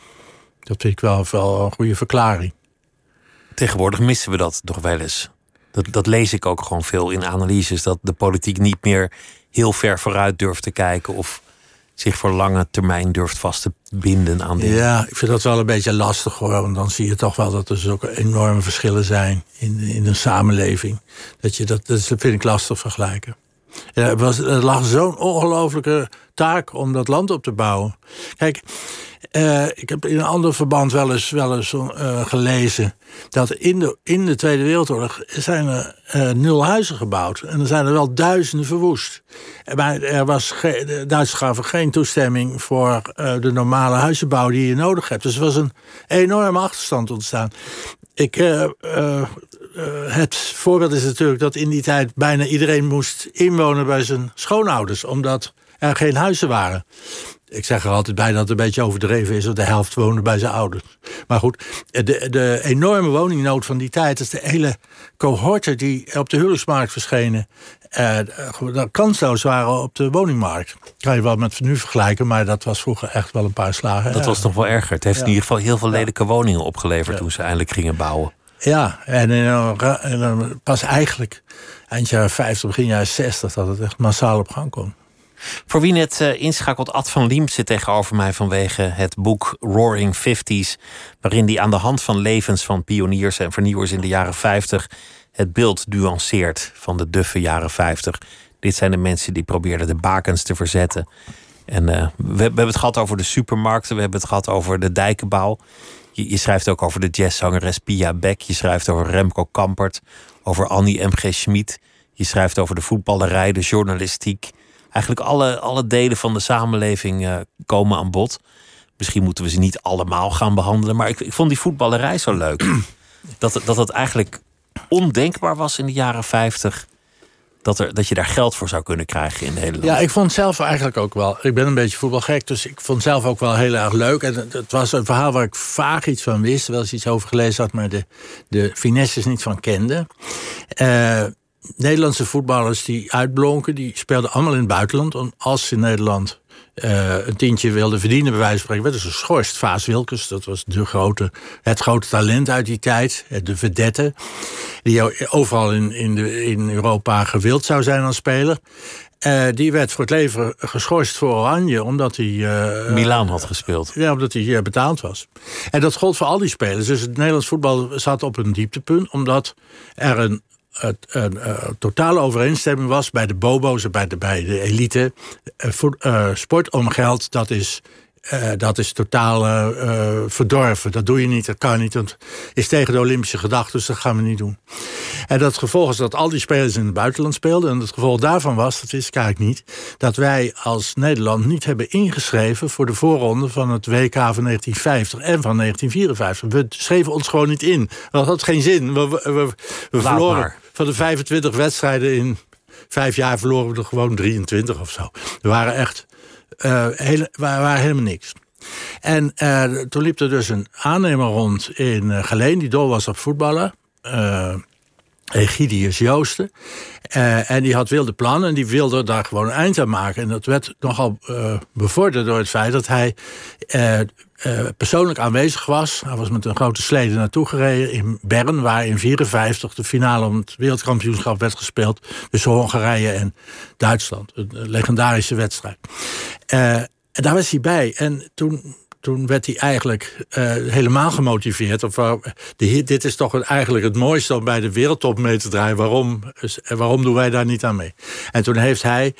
Dat vind ik wel, wel een goede verklaring. Tegenwoordig missen we dat toch wel eens. Dat, dat lees ik ook gewoon veel in analyses. Dat de politiek niet meer heel ver vooruit durft te kijken, of zich voor lange termijn durft vast te binden aan dingen. Ja, ik vind dat wel een beetje lastig hoor. Want dan zie je toch wel dat er zulke enorme verschillen zijn in, in een samenleving. Dat, je dat, dat vind ik lastig vergelijken. Ja, er, was, er lag zo'n ongelofelijke taak om dat land op te bouwen. Kijk, uh, ik heb in een ander verband wel eens, wel eens uh, gelezen dat in de, in de Tweede Wereldoorlog zijn er uh, nul huizen gebouwd. En er zijn er wel duizenden verwoest. Maar er was ge- de Duitsers gaven geen toestemming voor uh, de normale huizenbouw die je nodig hebt. Dus er was een enorme achterstand ontstaan. Ik, uh, uh, uh, het voorbeeld is natuurlijk dat in die tijd bijna iedereen moest inwonen bij zijn schoonouders, omdat er geen huizen waren. Ik zeg er altijd bij dat het een beetje overdreven is, dat de helft woonde bij zijn ouders. Maar goed, de, de enorme woningnood van die tijd, is de hele cohorten die op de huwelijksmarkt verschenen, eh, kansloos waren op de woningmarkt. Kan je wel met nu vergelijken, maar dat was vroeger echt wel een paar slagen. Dat ja. was nog wel erger. Het heeft Ja. in ieder geval heel veel lelijke Ja. woningen opgeleverd Ja. toen ze eindelijk gingen bouwen. Ja, en, en, en pas eigenlijk eind jaren vijftig, begin jaren zestig, dat het echt massaal op gang kwam. Voor wie net uh, inschakelt, Ad van Liemt zit tegenover mij vanwege het boek Roaring Fifties, waarin hij aan de hand van levens van pioniers en vernieuwers in de jaren vijftig het beeld nuanceert van de duffe jaren vijftig. Dit zijn de mensen die probeerden de bakens te verzetten. En uh, we, we hebben het gehad over de supermarkten, we hebben het gehad over de dijkenbouw. Je, je schrijft ook over de jazzzangeres Pia Beck, je schrijft over Remco Kampert, over Annie M G. Schmid. Je schrijft over de voetballerij, de journalistiek. Eigenlijk alle, alle delen van de samenleving uh, komen aan bod. Misschien moeten we ze niet allemaal gaan behandelen, maar ik, ik vond die voetballerij zo leuk. Dat, dat het eigenlijk ondenkbaar was in de jaren vijftig... Dat, er, dat je daar geld voor zou kunnen krijgen in Nederland. Ja, ik vond het zelf eigenlijk ook wel. Ik ben een beetje voetbalgek, dus ik vond het zelf ook wel heel erg leuk. En het, het was een verhaal waar ik vaag iets van wist, wel eens iets over gelezen had, maar de, de finesses niet van kende. Uh, Nederlandse voetballers die uitblonken, die speelden allemaal in het buitenland. Als ze in Nederland uh, een tientje wilden verdienen, bij wijze van spreken, werden ze geschorst. Vaas Wilkes, dat was de grote, het grote talent uit die tijd, de vedette, die overal in, in, de, in Europa gewild zou zijn als speler. Uh, die werd voor het leven geschorst voor Oranje, omdat hij Uh, Milaan had gespeeld. Ja, omdat hij uh, betaald was. En dat gold voor al die spelers. Dus het Nederlands voetbal zat op een dieptepunt, omdat er een Een, een, een totale overeenstemming was bij de bobo's en bij de, bij de elite. Uh, voor, uh, sport om geld, dat is uh, dat is totaal uh, uh, verdorven. Dat doe je niet, dat kan niet. Dat is tegen de Olympische gedachte, dus dat gaan we niet doen. En dat gevolg is dat al die spelers in het buitenland speelden. En het gevolg daarvan was, dat wist ik eigenlijk niet, dat wij als Nederland niet hebben ingeschreven voor de voorronde van het W K van negentien vijftig en van negentien vierenvijftig. We schreven ons gewoon niet in. Dat had geen zin. We, we, we, we verloren maar. van de vijfentwintig wedstrijden in vijf jaar verloren we er gewoon drieëntwintig of zo. We waren echt uh, hele, we waren helemaal niks. En uh, toen liep er dus een aannemer rond in uh, Geleen, die dol was op voetballen. Uh, Egidius Joosten. Uh, en die had wilde plannen en die wilde daar gewoon een eind aan maken. En dat werd nogal uh, bevorderd door het feit dat hij uh, uh, persoonlijk aanwezig was. Hij was met een grote slede naartoe gereden in Bern, waar in vierenvijftig de finale om het wereldkampioenschap werd gespeeld tussen Hongarije en Duitsland. Een legendarische wedstrijd. Uh, en daar was hij bij. En toen... Toen werd hij eigenlijk uh, helemaal gemotiveerd. Of, uh, de, dit is toch eigenlijk het mooiste om bij de wereldtop mee te draaien. Waarom, waarom doen wij daar niet aan mee? En toen heeft hij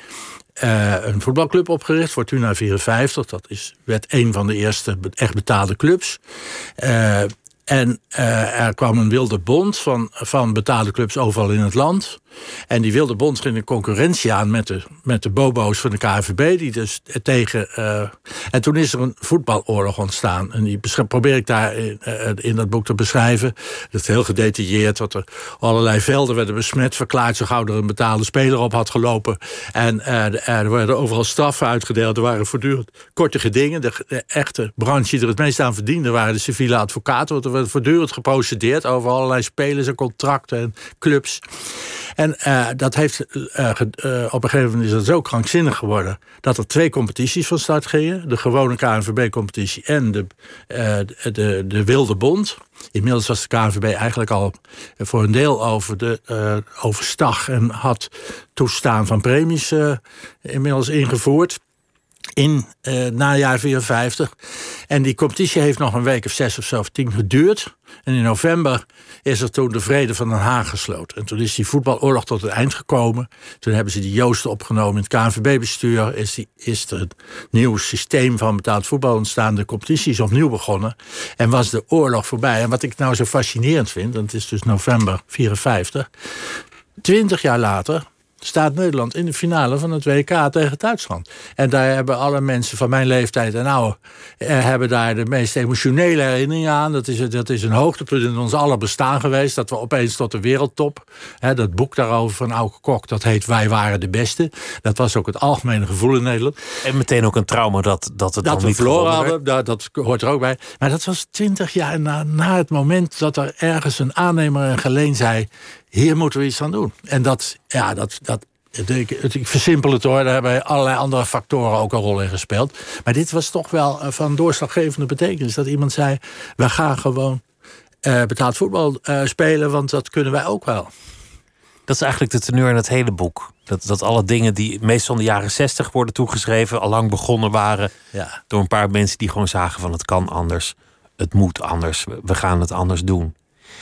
uh, een voetbalclub opgericht, Fortuna vierenvijftig. Dat is, werd een van de eerste echt betaalde clubs. Uh, en uh, er kwam een wilde bond van, van betaalde clubs overal in het land. En die wilde bond ging in concurrentie aan met de, met de bobo's van de K N V B. Die dus tegen, uh, en toen is er een voetbaloorlog ontstaan. En die probeer ik daar in, uh, in dat boek te beschrijven. Dat is heel gedetailleerd. Wat er allerlei velden werden besmet, verklaard. Zo gauw er een betaalde speler op had gelopen. En uh, er werden overal straffen uitgedeeld. Er waren voortdurend korte gedingen. De, de echte branche die er het meest aan verdiende waren de civiele advocaten. Want er werd voortdurend geprocedeerd over allerlei spelers en contracten en clubs. En uh, dat heeft uh, uh, op een gegeven moment is dat zo krankzinnig geworden dat er twee competities van start gingen. De gewone K N V B-competitie en de, uh, de, de Wilde Bond. Inmiddels was de K N V B eigenlijk al voor een deel over de uh, overstag en had toestaan van premies uh, inmiddels ingevoerd. In uh, najaar vierenvijftig. En die competitie heeft nog een week of zes of zo of tien geduurd. En in november is er toen de Vrede van Den Haag gesloten. En toen is die voetbaloorlog tot het eind gekomen. Toen hebben ze die Joosten opgenomen in het K N V B-bestuur. Is, die, is er het nieuw systeem van betaald voetbal ontstaan. De competitie is opnieuw begonnen. En was de oorlog voorbij. En wat ik nou zo fascinerend vind, want het is dus november vierenvijftig. Twintig jaar later staat Nederland in de finale van het W K tegen Duitsland. En daar hebben alle mensen van mijn leeftijd en ouder hebben daar de meest emotionele herinneringen aan. Dat is, dat is een hoogtepunt in ons aller bestaan geweest. Dat we opeens tot de wereldtop. Hè, dat boek daarover van Auke Kok, dat heet Wij waren de beste. Dat was ook het algemene gevoel in Nederland. En meteen ook een trauma dat, dat het dat dan we niet verloren gewonnen hadden. Dat, dat hoort er ook bij. Maar dat was twintig jaar na, na het moment dat er ergens een aannemer in Geleen zei: hier moeten we iets aan doen. En dat, ja, dat, dat ik, ik versimpel het hoor, daar hebben allerlei andere factoren ook een rol in gespeeld. Maar dit was toch wel van doorslaggevende betekenis. Dat iemand zei, we gaan gewoon uh, betaald voetbal uh, spelen, want dat kunnen wij ook wel. Dat is eigenlijk de teneur in het hele boek. Dat, dat alle dingen die meestal in de jaren zestig worden toegeschreven, al lang begonnen waren. Ja. Door een paar mensen die gewoon zagen van het kan anders. Het moet anders. We gaan het anders doen.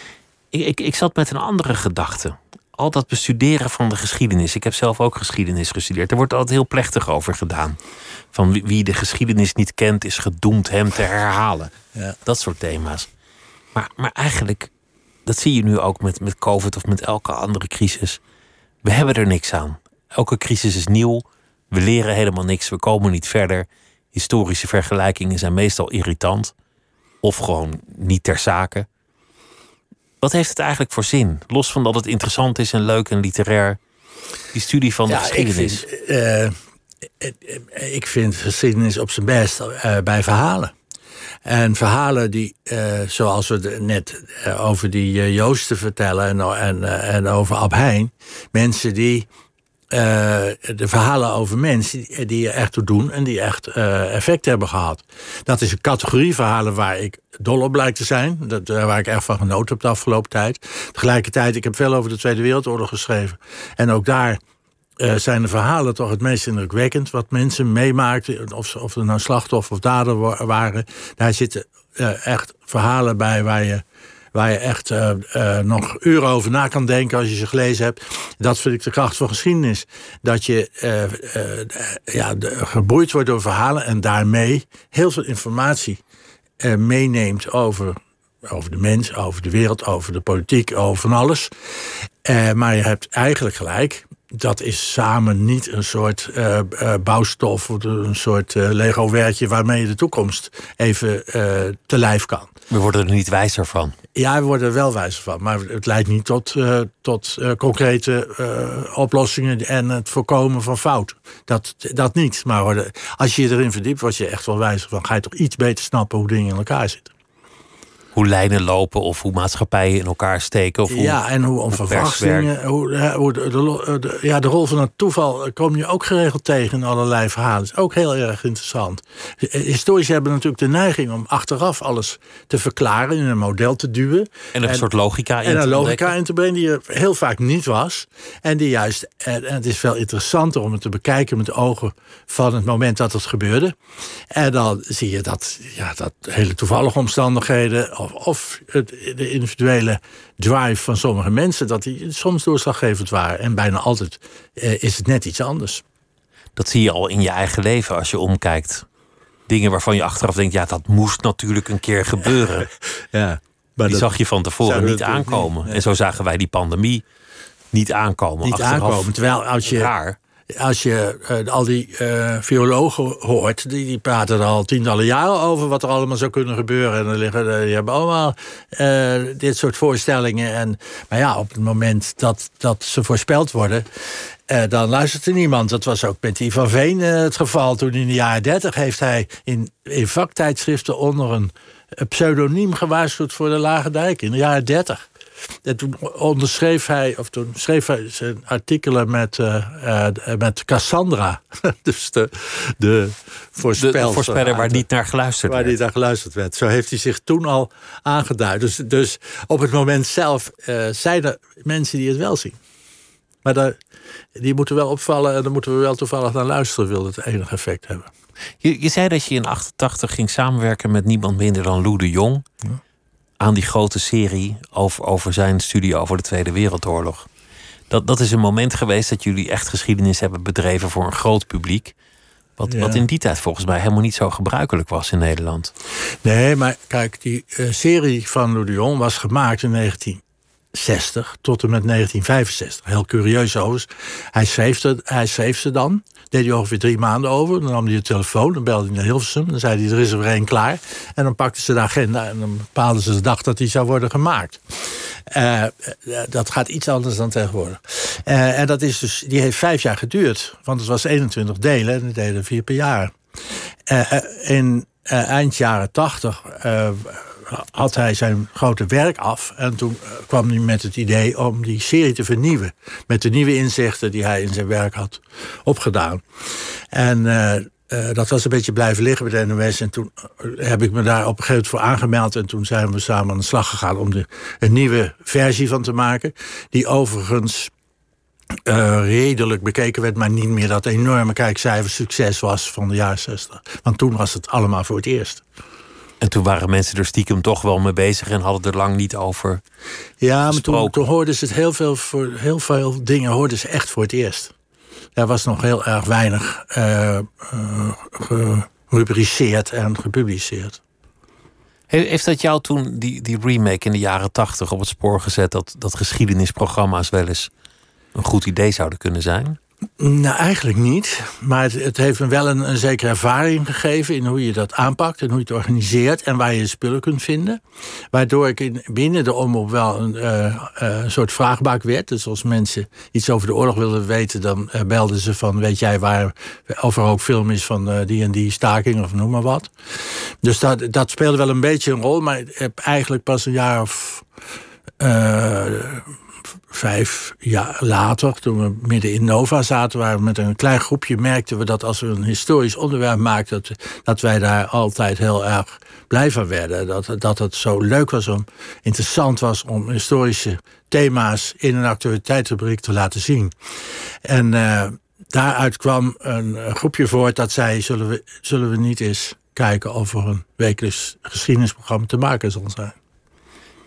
Ik, ik, ik zat met een andere gedachte. Al dat bestuderen van de geschiedenis. Ik heb zelf ook geschiedenis gestudeerd. Er wordt altijd heel plechtig over gedaan. Van wie, wie de geschiedenis niet kent, is gedoemd hem te herhalen. Ja. Dat soort thema's. Maar, maar eigenlijk, dat zie je nu ook met, met COVID of met elke andere crisis. We hebben er niks aan. Elke crisis is nieuw. We leren helemaal niks. We komen niet verder. Historische vergelijkingen zijn meestal irritant. Of gewoon niet ter zake. Wat heeft het eigenlijk voor zin? Los van dat het interessant is en leuk en literair. Die studie van de ja, geschiedenis. Ik vind, uh, ik vind geschiedenis op zijn best uh, bij verhalen. En verhalen die, uh, zoals we net uh, over die uh, Joosten vertellen en, en, uh, en over Ab Heijn. Mensen die uh, de verhalen over mensen die, die er echt toe doen en die echt uh, effect hebben gehad. Dat is een categorie verhalen waar ik dol op blijkt te zijn. Dat, waar ik erg van genoten heb de afgelopen tijd. Tegelijkertijd, ik heb veel over de Tweede Wereldoorlog geschreven. En ook daar uh, zijn de verhalen toch het meest indrukwekkend. Wat mensen meemaakten, of, of er nou slachtoffer of dader waren. Daar zitten uh, echt verhalen bij waar je waar je echt uh, uh, nog uren over na kan denken als je ze gelezen hebt. Dat vind ik de kracht van geschiedenis. Dat je uh, uh, ja, de, geboeid wordt door verhalen en daarmee heel veel informatie uh, meeneemt over, over de mens, over de wereld, over de politiek, over van alles. Uh, maar je hebt eigenlijk gelijk. Dat is samen niet een soort uh, uh, bouwstof of een soort uh, Lego-werkje waarmee je de toekomst even uh, te lijf kan. We worden er niet wijzer van. Ja, we worden er wel wijzer van. Maar het leidt niet tot, uh, tot uh, concrete uh, oplossingen en het voorkomen van fouten. Dat, dat niet. Maar worden, als je je erin verdiept, word je echt wel wijzer van. Ga je toch iets beter snappen hoe dingen in elkaar zitten. Hoe lijnen lopen of hoe maatschappijen in elkaar steken. Of hoe, ja, en hoe, hoe verwachtingen. Hoe, hoe de, de, de, ja, de rol van het toeval kom je ook geregeld tegen in allerlei verhalen. Dat is ook heel erg interessant. Historici hebben natuurlijk de neiging om achteraf alles te verklaren, in een model te duwen. En een en, soort logica in te brengen. En een logica in te brengen die er heel vaak niet was. En die juist, en het is veel interessanter om het te bekijken met de ogen van het moment dat het gebeurde. En dan zie je dat, ja, dat hele toevallige omstandigheden Of, of het, de individuele drive van sommige mensen, dat die soms doorslaggevend waren. En bijna altijd eh, is het net iets anders. Dat zie je al in je eigen leven als je omkijkt. Dingen waarvan je achteraf denkt, ja, dat moest natuurlijk een keer gebeuren. Ja, maar die dat zag je van tevoren niet aankomen. Niet, ja. En zo zagen wij die pandemie niet aankomen. Niet achteraf aankomen, terwijl als je... Raar. Als je uh, al die uh, virologen hoort, die, die praten er al tientallen jaren over wat er allemaal zou kunnen gebeuren. En er liggen, uh, die hebben allemaal uh, dit soort voorstellingen. En, maar ja, op het moment dat, dat ze voorspeld worden, uh, dan luistert er niemand. Dat was ook met die Van Veen uh, het geval. Toen in de jaren dertig heeft hij in, in vaktijdschriften onder een, een pseudoniem gewaarschuwd voor de Lage Dijk. In de jaren dertig. En toen onderschreef hij, of toen schreef hij zijn artikelen met, uh, uh, met Cassandra. Dus de, de voorspelster. De voorspeller waar niet naar geluisterd waar werd. niet naar geluisterd werd. Zo heeft hij zich toen al aangeduid. Dus, dus op het moment zelf uh, zijn er mensen die het wel zien. Maar daar, die moeten wel opvallen en daar moeten we wel toevallig naar luisteren, wil het enig effect hebben. Je, je zei dat je in achtentachtig ging samenwerken met niemand minder dan Lou de Jong. Ja. Aan die grote serie over, over zijn studie over de Tweede Wereldoorlog. Dat, dat is een moment geweest dat jullie echt geschiedenis hebben bedreven voor een groot publiek. Wat, ja. wat in die tijd volgens mij helemaal niet zo gebruikelijk was in Nederland. Nee, maar kijk, die uh, serie van Lou de Jong was gemaakt in negentien zestig tot en met negentien vijfenzestig. Heel curieus overigens. Hij schreef, ze, hij schreef ze dan. Deed hij ongeveer drie maanden over. Dan nam hij de telefoon, dan belde hij naar Hilversum. Dan zei hij, er is er weer één klaar. En dan pakten ze de agenda en dan bepaalden ze de dag dat hij zou worden gemaakt. Uh, dat gaat iets anders dan tegenwoordig. Uh, en dat is dus, die heeft vijf jaar geduurd. Want het was eenentwintig delen en dat deden vier per jaar. Uh, in uh, eind jaren tachtig... Uh, had hij zijn grote werk af. En toen kwam hij met het idee om die serie te vernieuwen. Met de nieuwe inzichten die hij in zijn werk had opgedaan. En uh, uh, dat was een beetje blijven liggen bij de N O S. En toen heb ik me daar op een gegeven moment voor aangemeld. En toen zijn we samen aan de slag gegaan om er een nieuwe versie van te maken. Die overigens Uh, redelijk bekeken werd, maar niet meer dat enorme kijkcijfersucces was van de jaren zestig. Want toen was het allemaal voor het eerst. En toen waren mensen er stiekem toch wel mee bezig en hadden er lang niet over. Ja, maar toen, toen hoorden ze het heel veel, voor heel veel dingen hoorden ze echt voor het eerst. Er was nog heel erg weinig uh, uh, gerubriceerd en gepubliceerd. Heeft dat jou toen, die, die remake in de jaren tachtig, op het spoor gezet dat, dat geschiedenisprogramma's wel eens een goed idee zouden kunnen zijn? Nou, eigenlijk niet. Maar het, het heeft me wel een, een zekere ervaring gegeven in hoe je dat aanpakt en hoe je het organiseert en waar je de spullen kunt vinden. Waardoor ik in, binnen de omroep wel een uh, uh, soort vraagbaak werd. Dus als mensen iets over de oorlog wilden weten, dan uh, belden ze van, weet jij waar, of er ook film is van uh, die en die staking of noem maar wat. Dus dat, dat speelde wel een beetje een rol, maar ik heb eigenlijk pas een jaar of Uh, Vijf jaar later, toen we midden in Nova zaten, waren we met een klein groepje, merkten we dat als we een historisch onderwerp maakten, dat, dat wij daar altijd heel erg blij van werden. Dat, dat het zo leuk was, om interessant was om historische thema's in een actualiteitsrubriek te laten zien. En uh, daaruit kwam een, een groepje voort dat zei, zullen we, zullen we niet eens kijken of er een wekelijks geschiedenisprogramma te maken zal zijn.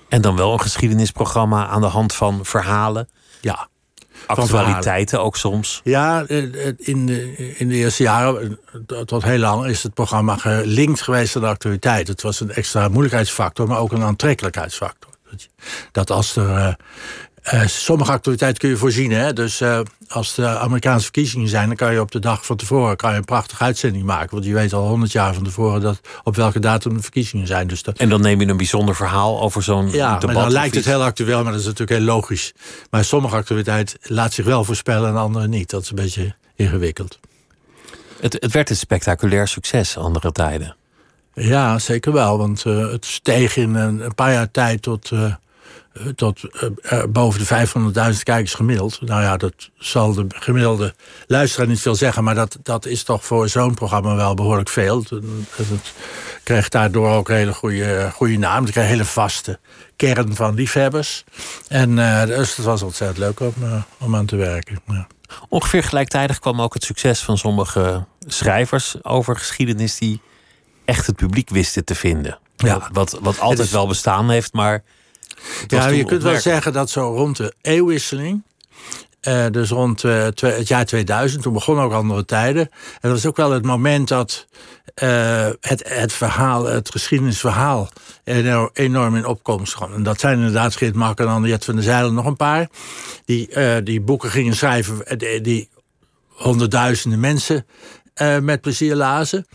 En dan wel een geschiedenisprogramma aan de hand van verhalen. Ja. Actualiteiten ook soms. Ja, in de, in de eerste jaren, tot heel lang, is het programma gelinkt geweest aan de actualiteit. Het was een extra moeilijkheidsfactor, maar ook een aantrekkelijkheidsfactor. Dat als er... Uh, uh, sommige actualiteiten kun je voorzien. Hè? Dus uh, als de Amerikaanse verkiezingen zijn, dan kan je op de dag van tevoren kan je een prachtige uitzending maken. Want je weet al honderd jaar van tevoren dat op welke datum de verkiezingen zijn. Dus dat... En dan neem je een bijzonder verhaal over zo'n ja, debat. maar dan lijkt het heel actueel, maar dat is natuurlijk heel logisch. Maar sommige actualiteit laat zich wel voorspellen en andere niet. Dat is een beetje ingewikkeld. Het, het werd een spectaculair succes andere tijden. Ja, zeker wel. Want uh, het steeg in een, een paar jaar tijd tot... Uh, tot uh, uh, boven de vijfhonderdduizend kijkers gemiddeld. Nou ja, dat zal de gemiddelde luisteraar niet veel zeggen... maar dat, dat is toch voor zo'n programma wel behoorlijk veel. Het, het kreeg daardoor ook een hele goede, goede naam. Het kreeg een hele vaste kern van liefhebbers. En uh, dus het was ontzettend leuk om, uh, om aan te werken. Ja. Ongeveer gelijktijdig kwam ook het succes van sommige schrijvers over geschiedenis... die echt het publiek wisten te vinden. Ja. Wat, wat altijd is... wel bestaan heeft, maar... Ja, je kunt wel zeggen dat zo rond de eeuwwisseling... Uh, dus rond uh, twe- het jaar tweeduizend, toen begonnen ook andere tijden. En dat was ook wel het moment dat uh, het, het verhaal, het geschiedenisverhaal... enorm in opkomst kwam. En dat zijn inderdaad Geert Mak en Anne-Jet van der Zijlen nog een paar... die, uh, die boeken gingen schrijven die honderdduizenden mensen uh, met plezier lazen...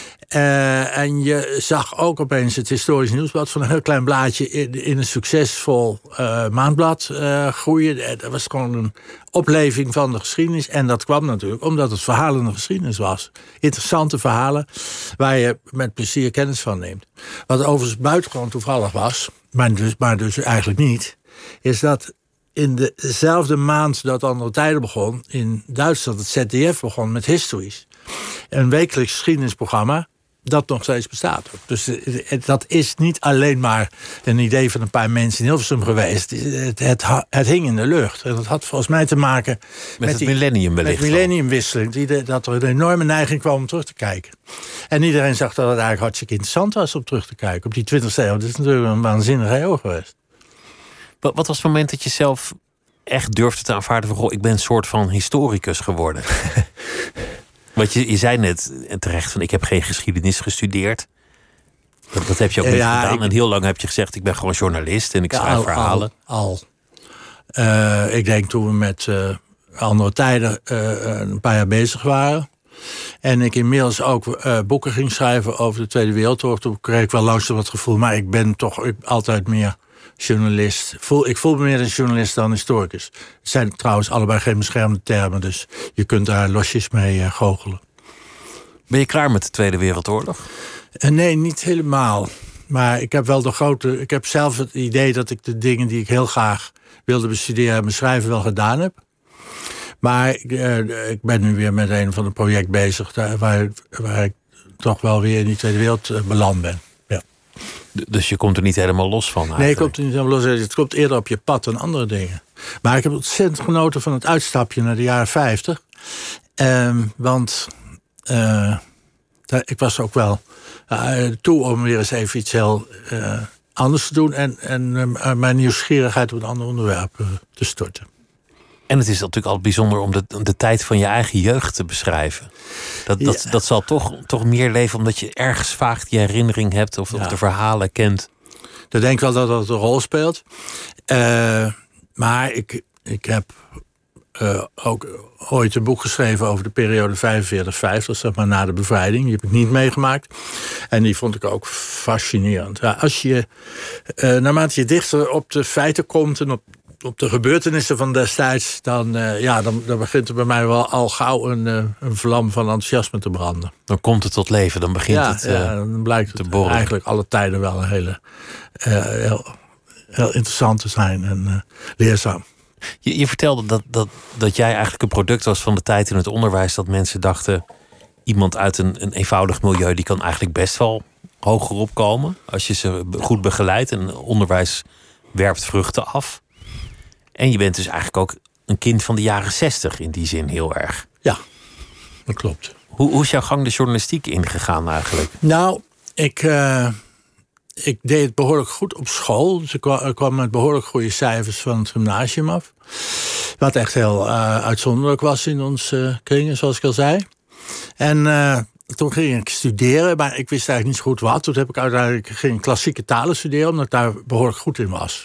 Uh, en je zag ook opeens het Historisch Nieuwsblad... van een heel klein blaadje in, in een succesvol uh, maandblad uh, groeien. Dat was gewoon een opleving van de geschiedenis. En dat kwam natuurlijk omdat het verhalende geschiedenis was. Interessante verhalen waar je met plezier kennis van neemt. Wat overigens buitengewoon toevallig was, maar dus, maar dus eigenlijk niet... is dat in dezelfde maand dat Andere Tijden begon... in Duitsland het Z D F begon met Histories. Een wekelijks geschiedenisprogramma... dat nog steeds bestaat ook. Dus dat is niet alleen maar een idee van een paar mensen in Hilversum geweest. Het, het, het hing in de lucht. En dat had volgens mij te maken met, met het die, millennium wellicht. Met millenniumwisseling. Die, dat er een enorme neiging kwam om terug te kijken. En iedereen zag dat het eigenlijk hartstikke interessant was om terug te kijken. Op die twintigste eeuw. Dat is natuurlijk een waanzinnige eeuw geweest. Wat, wat was het moment dat je zelf echt durfde te aanvaarden van... Goh, ik ben een soort van historicus geworden? Want je, je zei net terecht van ik heb geen geschiedenis gestudeerd. Dat, dat heb je ook niet ja, gedaan. Ik, en heel lang heb je gezegd ik ben gewoon journalist en ik ja, schrijf al, verhalen. Al. al. Uh, ik denk toen we met uh, Andere Tijden uh, een paar jaar bezig waren. En ik inmiddels ook uh, boeken ging schrijven over de Tweede Wereldoorlog. Toen kreeg ik wel langzaam het gevoel, maar ik ben toch ik, altijd meer journalist. Voel, ik voel me meer een journalist dan historicus. Het zijn trouwens allebei geen beschermde termen, dus je kunt daar losjes mee uh, goochelen. Ben je klaar met de Tweede Wereldoorlog? Uh, nee, niet helemaal. Maar ik heb wel de grote. Ik heb zelf het idee dat ik de dingen die ik heel graag wilde bestuderen en beschrijven wel gedaan heb. Maar uh, ik ben nu weer met een van de project bezig daar, waar, waar ik toch wel weer in die Tweede Wereld uh, beland ben. Ja. Dus je komt er niet helemaal los van? Eigenlijk. Nee, ik kom er niet helemaal los. Het komt eerder op je pad dan andere dingen. Maar ik heb ontzettend genoten van het uitstapje naar de jaren vijftig. Um, want uh, daar, ik was ook wel uh, toe om weer eens even iets heel uh, anders te doen. En, en uh, mijn nieuwsgierigheid op een ander onderwerp uh, te storten. En het is natuurlijk altijd bijzonder om de, de tijd van je eigen jeugd te beschrijven. Dat, dat, ja. dat zal toch, toch meer leven omdat je ergens vaag die herinnering hebt of, ja. of de verhalen kent. Ik denk wel dat dat een rol speelt. Uh, maar ik, ik heb uh, ook ooit een boek geschreven over de periode vijfenveertig vijftig, zeg maar na de bevrijding. Die heb ik niet meegemaakt. En die vond ik ook fascinerend. Ja, als je, uh, naarmate je dichter op de feiten komt en op op de gebeurtenissen van destijds, dan, uh, ja, dan, dan begint er bij mij wel al gauw een, uh, een vlam van enthousiasme te branden. Dan komt het tot leven, dan begint ja, het uh, ja, dan blijkt te het borrelen. Eigenlijk alle tijden wel een hele uh, heel, heel interessant te zijn en uh, leerzaam. Je, je vertelde dat, dat, dat jij eigenlijk een product was van de tijd in het onderwijs, dat mensen dachten, iemand uit een, een eenvoudig milieu, die kan eigenlijk best wel hoger opkomen als je ze goed begeleidt. En onderwijs werpt vruchten af. En je bent dus eigenlijk ook een kind van de jaren zestig in die zin heel erg. Ja, dat klopt. Hoe, hoe is jouw gang de journalistiek ingegaan eigenlijk? Nou, ik, uh, ik deed het behoorlijk goed op school. Dus ik kwam, ik kwam met behoorlijk goede cijfers van het gymnasium af. Wat echt heel uh, uitzonderlijk was in onze uh, kringen, zoals ik al zei. En uh, toen ging ik studeren, maar ik wist eigenlijk niet zo goed wat. Toen heb ik uiteindelijk ging klassieke talen studeren, omdat ik daar behoorlijk goed in was.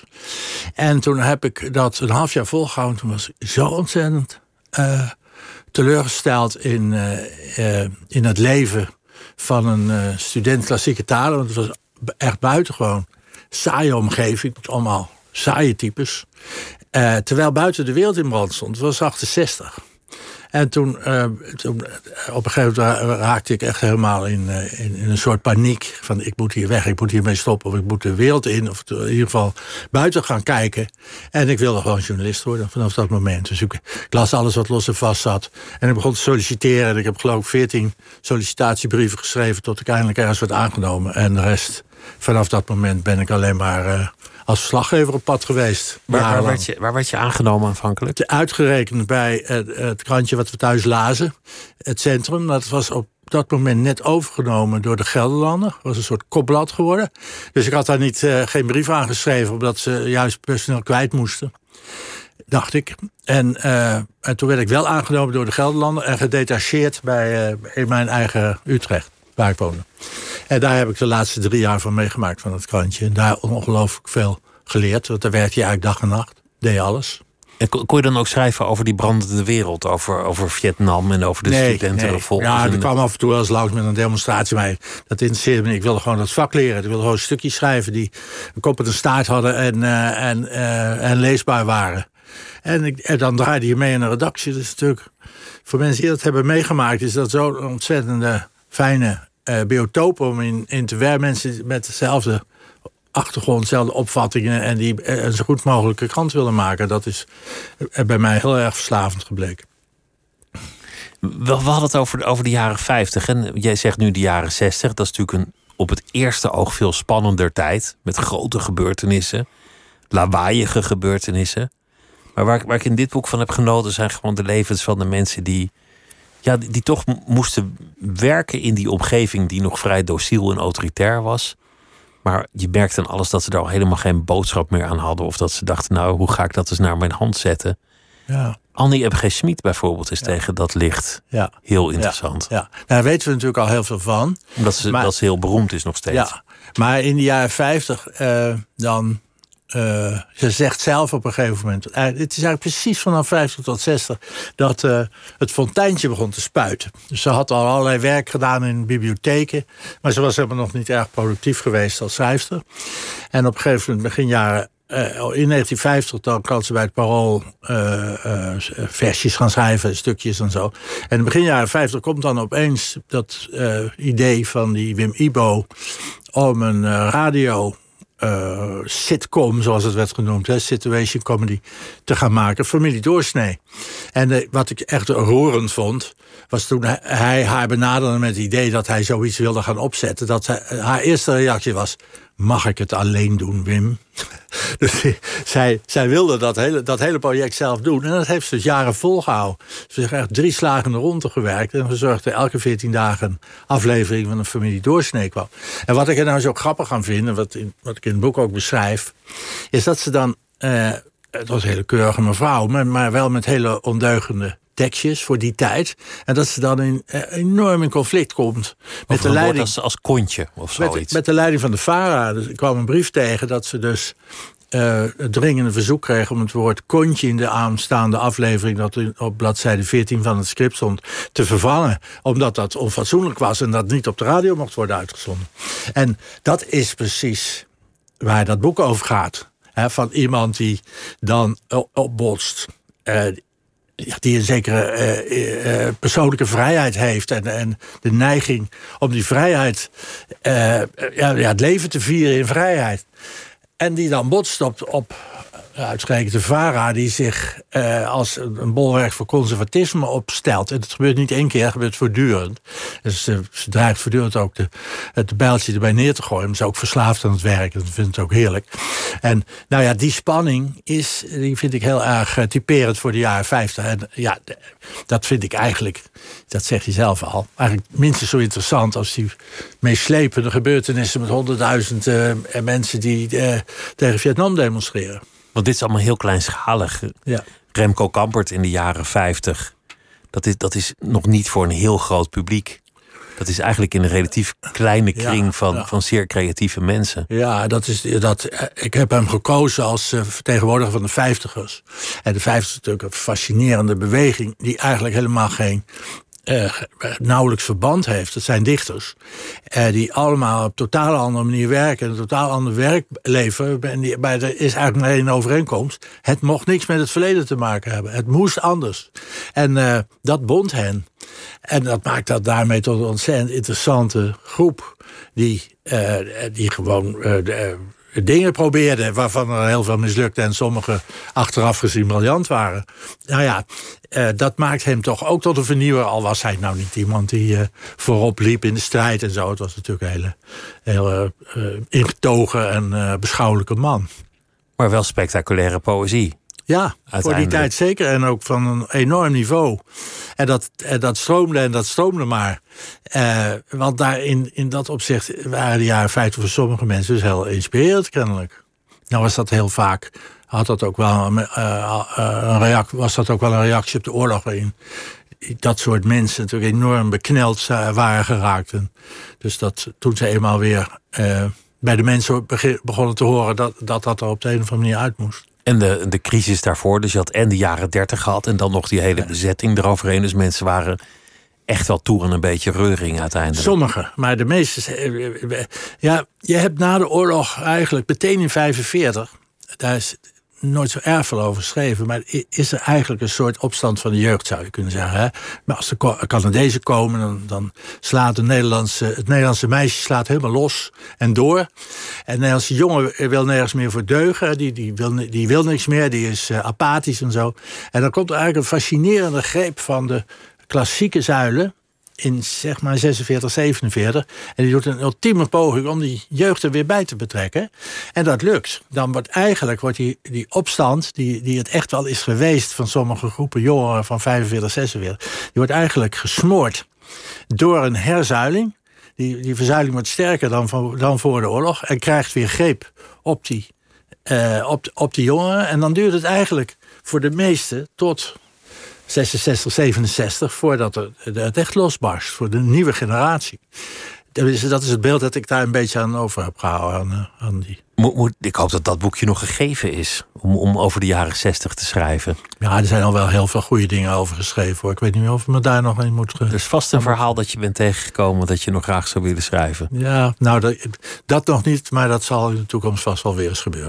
En toen heb ik dat een half jaar volgehouden. Toen was ik zo ontzettend uh, teleurgesteld in, uh, uh, in het leven van een uh, student klassieke talen. Want het was echt buitengewoon saaie omgeving, allemaal saaie types. Uh, terwijl buiten de wereld in brand stond. Het was achtenzestig. En toen, uh, toen op een gegeven moment raakte ik echt helemaal in, uh, in, in een soort paniek. Van ik moet hier weg, ik moet hiermee stoppen. Of ik moet de wereld in, of in ieder geval buiten gaan kijken. En ik wilde gewoon journalist worden vanaf dat moment. Dus ik, ik las alles wat los en vast zat. En ik begon te solliciteren. En ik heb geloof ik veertien sollicitatiebrieven geschreven tot ik eindelijk ergens werd aangenomen. En de rest, vanaf dat moment ben ik alleen maar Uh, als verslaggever op pad geweest. Waar, waar, werd je, waar werd je aangenomen aanvankelijk? Uitgerekend bij het, het krantje wat we thuis lazen. Het Centrum. Dat was op dat moment net overgenomen door de Gelderlander. Dat was een soort kopblad geworden. Dus ik had daar niet, uh, geen brief aan geschreven, omdat ze juist personeel kwijt moesten. Dacht ik. En, uh, en toen werd ik wel aangenomen door de Gelderlander en gedetacheerd bij, uh, in mijn eigen Utrecht, waar ik woonde. En daar heb ik de laatste drie jaar van meegemaakt van het krantje. En daar ongelooflijk veel geleerd. Want daar werkte je eigenlijk dag en nacht. Deed je alles. En kon je dan ook schrijven over die brandende wereld? Over, over Vietnam en over de nee, studentenrevolt? Nee. Ja, en er kwam af en toe wel eens langs met een demonstratie. Maar dat interesseerde me niet. Ik wilde gewoon dat vak leren. Ik wilde gewoon stukjes schrijven die een kop en een staart hadden. En, uh, en, uh, en leesbaar waren. En, ik, en dan draaide je mee in een redactie. Dat is natuurlijk, voor mensen die dat hebben meegemaakt, is dat zo'n ontzettende fijne Uh, biotoop om in, in te werken. Mensen met dezelfde achtergrond, dezelfde opvattingen en die uh, een zo goed mogelijke krant willen maken. Dat is uh, bij mij heel erg verslavend gebleken. We, we hadden het over, over de jaren vijftig. En jij zegt nu de jaren zestig. Dat is natuurlijk een op het eerste oog veel spannender tijd. Met grote gebeurtenissen. Lawaaiige gebeurtenissen. Maar waar, waar ik in dit boek van heb genoten zijn gewoon de levens van de mensen die Ja, die, die toch moesten werken in die omgeving die nog vrij dociel en autoritair was. Maar je merkte aan alles dat ze daar al helemaal geen boodschap meer aan hadden. Of dat ze dachten, nou, hoe ga ik dat eens naar mijn hand zetten? Ja. Annie M G. Schmid bijvoorbeeld is ja. tegen dat licht ja. heel interessant. Ja, ja. Daar weten we natuurlijk al heel veel van. Omdat ze, maar, dat ze heel beroemd is nog steeds. Ja, maar in de jaren vijftig uh, dan Uh, ze zegt zelf op een gegeven moment, uh, het is eigenlijk precies vanaf vijftig tot zestig... dat uh, het fonteintje begon te spuiten. Dus ze had al allerlei werk gedaan in bibliotheken, maar ze was helemaal nog niet erg productief geweest als schrijfster. En op een gegeven moment, begin jaren Uh, in negentien vijftig dan kan ze bij het Parool uh, uh, versjes gaan schrijven, stukjes en zo. En in begin jaren vijftig komt dan opeens dat uh, idee van die Wim Ibo om een uh, radio Uh, sitcom, zoals het werd genoemd, hè, situation comedy, te gaan maken, Familie Doorsnee. En uh, wat ik echt roerend vond, was toen hij haar benaderde met het idee dat hij zoiets wilde gaan opzetten, dat zij, haar eerste reactie was, mag ik het alleen doen, Wim? Dus zij, zij wilde dat hele, dat hele project zelf doen. En dat heeft ze dus jaren volgehouden. Ze heeft echt drie slagen in de ronde gewerkt en gezorgd dat elke veertien dagen een aflevering van een Familie Doorsnee kwam. En wat ik er nou zo grappig aan vind, en wat, in, wat ik in het boek ook beschrijf, is dat ze dan, uh, het was een hele keurige mevrouw, maar, maar wel met hele ondeugende tekstjes voor die tijd. En dat ze dan in, uh, enorm in conflict komt met de leiding. Als, als kontje of zoiets. Met, met de leiding van de VARA. Dus ik kwam een brief tegen dat ze dus uh, het dringende verzoek kreeg om het woord kontje in de aanstaande aflevering, dat op bladzijde veertien van het script stond, te vervangen. Omdat dat onfatsoenlijk was en dat niet op de radio mocht worden uitgezonden. En dat is precies waar dat boek over gaat. He, van iemand die dan opbotst, Uh, die een zekere uh, uh, persoonlijke vrijheid heeft en, en de neiging om die vrijheid, uh, ja, ja, het leven te vieren in vrijheid. En die dan botst op, op uitspreken, de VARA, die zich uh, als een bolwerk voor conservatisme opstelt. En dat gebeurt niet één keer, het gebeurt voortdurend. Dus ze, ze dreigt voortdurend ook de, het bijltje erbij neer te gooien. Maar ze is ook verslaafd aan het werk. Dat vindt het ook heerlijk. En nou ja, die spanning is, die vind ik heel erg uh, typerend voor de jaren vijftig. En ja, dat vind ik eigenlijk, dat zeg je zelf al, eigenlijk minstens zo interessant als die meeslepende gebeurtenissen met honderdduizend uh, mensen die uh, tegen Vietnam demonstreren. Want dit is allemaal heel kleinschalig. Ja. Remco Kampert in de jaren vijftig. Dat is, dat is nog niet voor een heel groot publiek. Dat is eigenlijk in een relatief kleine kring ja, van, ja. van zeer creatieve mensen. Ja, dat is, dat, ik heb hem gekozen als uh, vertegenwoordiger van de vijftigers. En de vijftigers is natuurlijk een fascinerende beweging die eigenlijk helemaal geen Uh, nauwelijks verband heeft. Dat zijn dichters uh, die allemaal op een totaal andere manier werken en een totaal ander werk leveren. En die, bij er is eigenlijk maar één overeenkomst. Het mocht niks met het verleden te maken hebben. Het moest anders. En uh, dat bond hen. En dat maakt dat daarmee tot een ontzettend interessante groep die, uh, die gewoon uh, de, uh, dingen probeerden waarvan er heel veel mislukte en sommige achteraf gezien briljant waren. Nou ja, uh, dat maakt hem toch ook tot een vernieuwer. Al was hij nou niet iemand die uh, voorop liep in de strijd en zo. Het was natuurlijk een hele, hele uh, ingetogen en uh, beschouwelijke man. Maar wel spectaculaire poëzie. Ja, voor die tijd zeker. En ook van een enorm niveau. En dat, en dat stroomde en dat stroomde maar. Uh, want daar in, in dat opzicht waren de jaren vijftig voor sommige mensen dus heel inspirerend kennelijk. Nou was dat heel vaak, had dat ook wel een, uh, een reactie, was dat ook wel een reactie op de oorlog waarin dat soort mensen natuurlijk enorm bekneld waren geraakt. En dus dat toen ze eenmaal weer uh, bij de mensen begonnen te horen dat, dat dat er op de een of andere manier uit moest. En de, de crisis daarvoor, dus je had en de jaren dertig gehad en dan nog die hele bezetting eroverheen. Dus mensen waren echt wel toe aan een beetje reuring uiteindelijk. Sommigen, maar de meeste. Ja, je hebt na de oorlog eigenlijk meteen in vijfenveertig, daar is nooit zo erg veel over geschreven, maar is er eigenlijk een soort opstand van de jeugd, zou je kunnen zeggen. Hè? Maar als de Canadezen komen, dan, dan slaat de Nederlandse, het Nederlandse meisje slaat helemaal los en door. En de Nederlandse jongen wil nergens meer voor deugen, die, die, wil, die wil niks meer, die is uh, apathisch en zo. En dan komt er eigenlijk een fascinerende greep van de klassieke zuilen in zeg maar zesenveertig, zevenenveertig. En die doet een ultieme poging om die jeugd er weer bij te betrekken. En dat lukt. Dan wordt eigenlijk wordt die, die opstand, die, die het echt wel is geweest van sommige groepen jongeren van vijfenveertig, zesenveertig, die wordt eigenlijk gesmoord door een herzuiling. Die, die verzuiling wordt sterker dan, van, dan voor de oorlog en krijgt weer greep op die, uh, op, op die jongeren. En dan duurt het eigenlijk voor de meesten tot zesenzestig, zevenenzestig, voordat het echt losbarst voor de nieuwe generatie. Dat is, dat is het beeld dat ik daar een beetje aan over heb gehouden. Aan, aan die. Moet, moet, ik hoop dat dat boekje nog gegeven is om, om over de jaren zestig te schrijven. Ja, er zijn al wel heel veel goede dingen over geschreven, hoor. Ik weet niet of ik me daar nog in moet. Er is vast een verhaal dat je bent tegengekomen dat je nog graag zou willen schrijven. Ja, nou, dat, dat nog niet, maar dat zal in de toekomst vast wel weer eens gebeuren.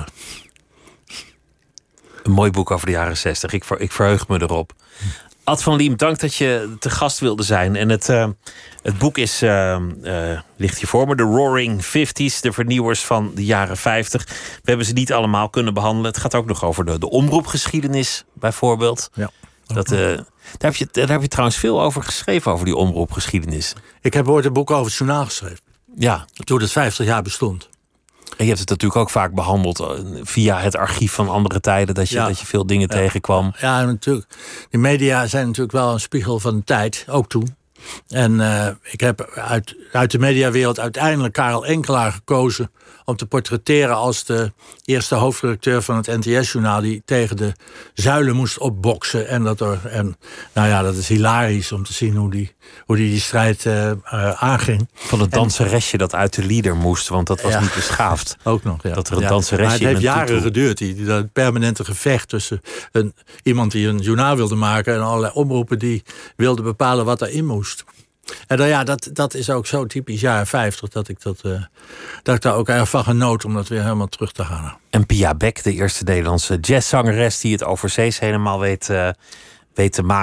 Een mooi boek over de jaren zestig. Ik, ver, ik verheug me erop. Ad van Liem, dank dat je te gast wilde zijn. En het, uh, het boek is, uh, uh, ligt hier voor me. The Roaring Fifties, de vernieuwers van de jaren vijftig. We hebben ze niet allemaal kunnen behandelen. Het gaat ook nog over de, de omroepgeschiedenis, bijvoorbeeld. Ja. Dat, uh, daar, heb je, daar heb je trouwens veel over geschreven, over die omroepgeschiedenis. Ik heb ooit een boek over het journaal geschreven. Ja. Toen het vijftig jaar bestond. En je hebt het natuurlijk ook vaak behandeld via het archief van andere tijden, dat je, ja. dat je veel dingen ja. tegenkwam. Ja, natuurlijk. De media zijn natuurlijk wel een spiegel van de tijd, ook toen. En uh, ik heb uit, uit de mediawereld uiteindelijk Karel Enkelaar gekozen om te portretteren als de eerste hoofdredacteur van het N T S-journaal die tegen de zuilen moest opboksen. En dat, er, en nou ja, dat is hilarisch om te zien hoe die hoe die, die strijd uh, uh, aanging. Van het danseresje dat uit de lieder moest, want dat was ja, niet beschaafd. Ook nog, ja. Dat er een ja, danseresje maar het heeft jaren toetroe. geduurd, die, die, dat permanente gevecht tussen een, iemand die een journaal wilde maken en allerlei omroepen die wilden bepalen wat erin moest. En dan, ja, dat, dat is ook zo typisch jaren vijftig dat ik, dat, uh, dat ik daar ook erg van genoot om dat weer helemaal terug te halen. En Pia Beck, de eerste Nederlandse jazzzangeres die het overzees helemaal weet, uh, weet te maken.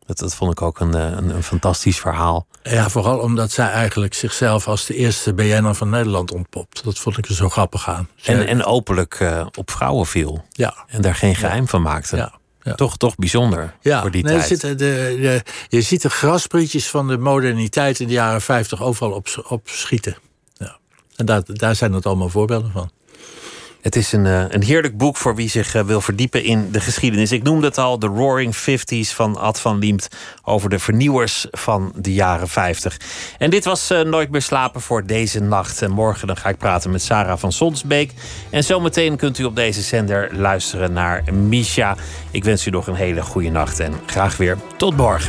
Dat, dat vond ik ook een, een, een fantastisch verhaal. Ja, vooral omdat zij eigenlijk zichzelf als de eerste B N N'er van Nederland ontpopt. Dat vond ik er zo grappig aan. Zij... En, en openlijk uh, op vrouwen viel. Ja. En daar geen geheim ja. van maakte. Ja. Ja. Toch, toch bijzonder ja, voor die nee, tijd. De, de, de, je ziet de grasprietjes van de moderniteit in de jaren vijftig overal op, op schieten. Ja. En daar, daar zijn het allemaal voorbeelden van. Het is een, een heerlijk boek voor wie zich wil verdiepen in de geschiedenis. Ik noemde het al, The Roaring Fifties van Ad van Liemt... over de vernieuwers van de jaren vijftig. En dit was uh, Nooit meer slapen voor deze nacht. En morgen dan ga ik praten met Sarah van Sonsbeek. En zometeen kunt u op deze zender luisteren naar Misha. Ik wens u nog een hele goede nacht en graag weer tot morgen.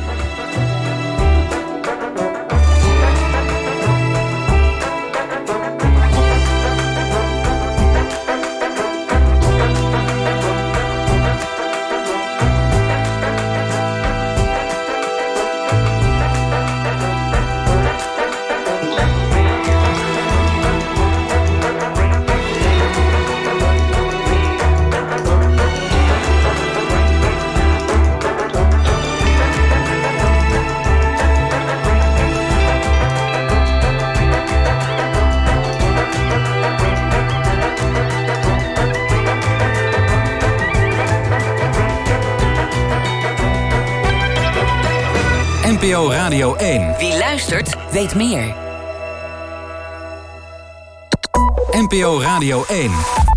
N P O Radio één. Wie luistert, weet meer. N P O Radio één.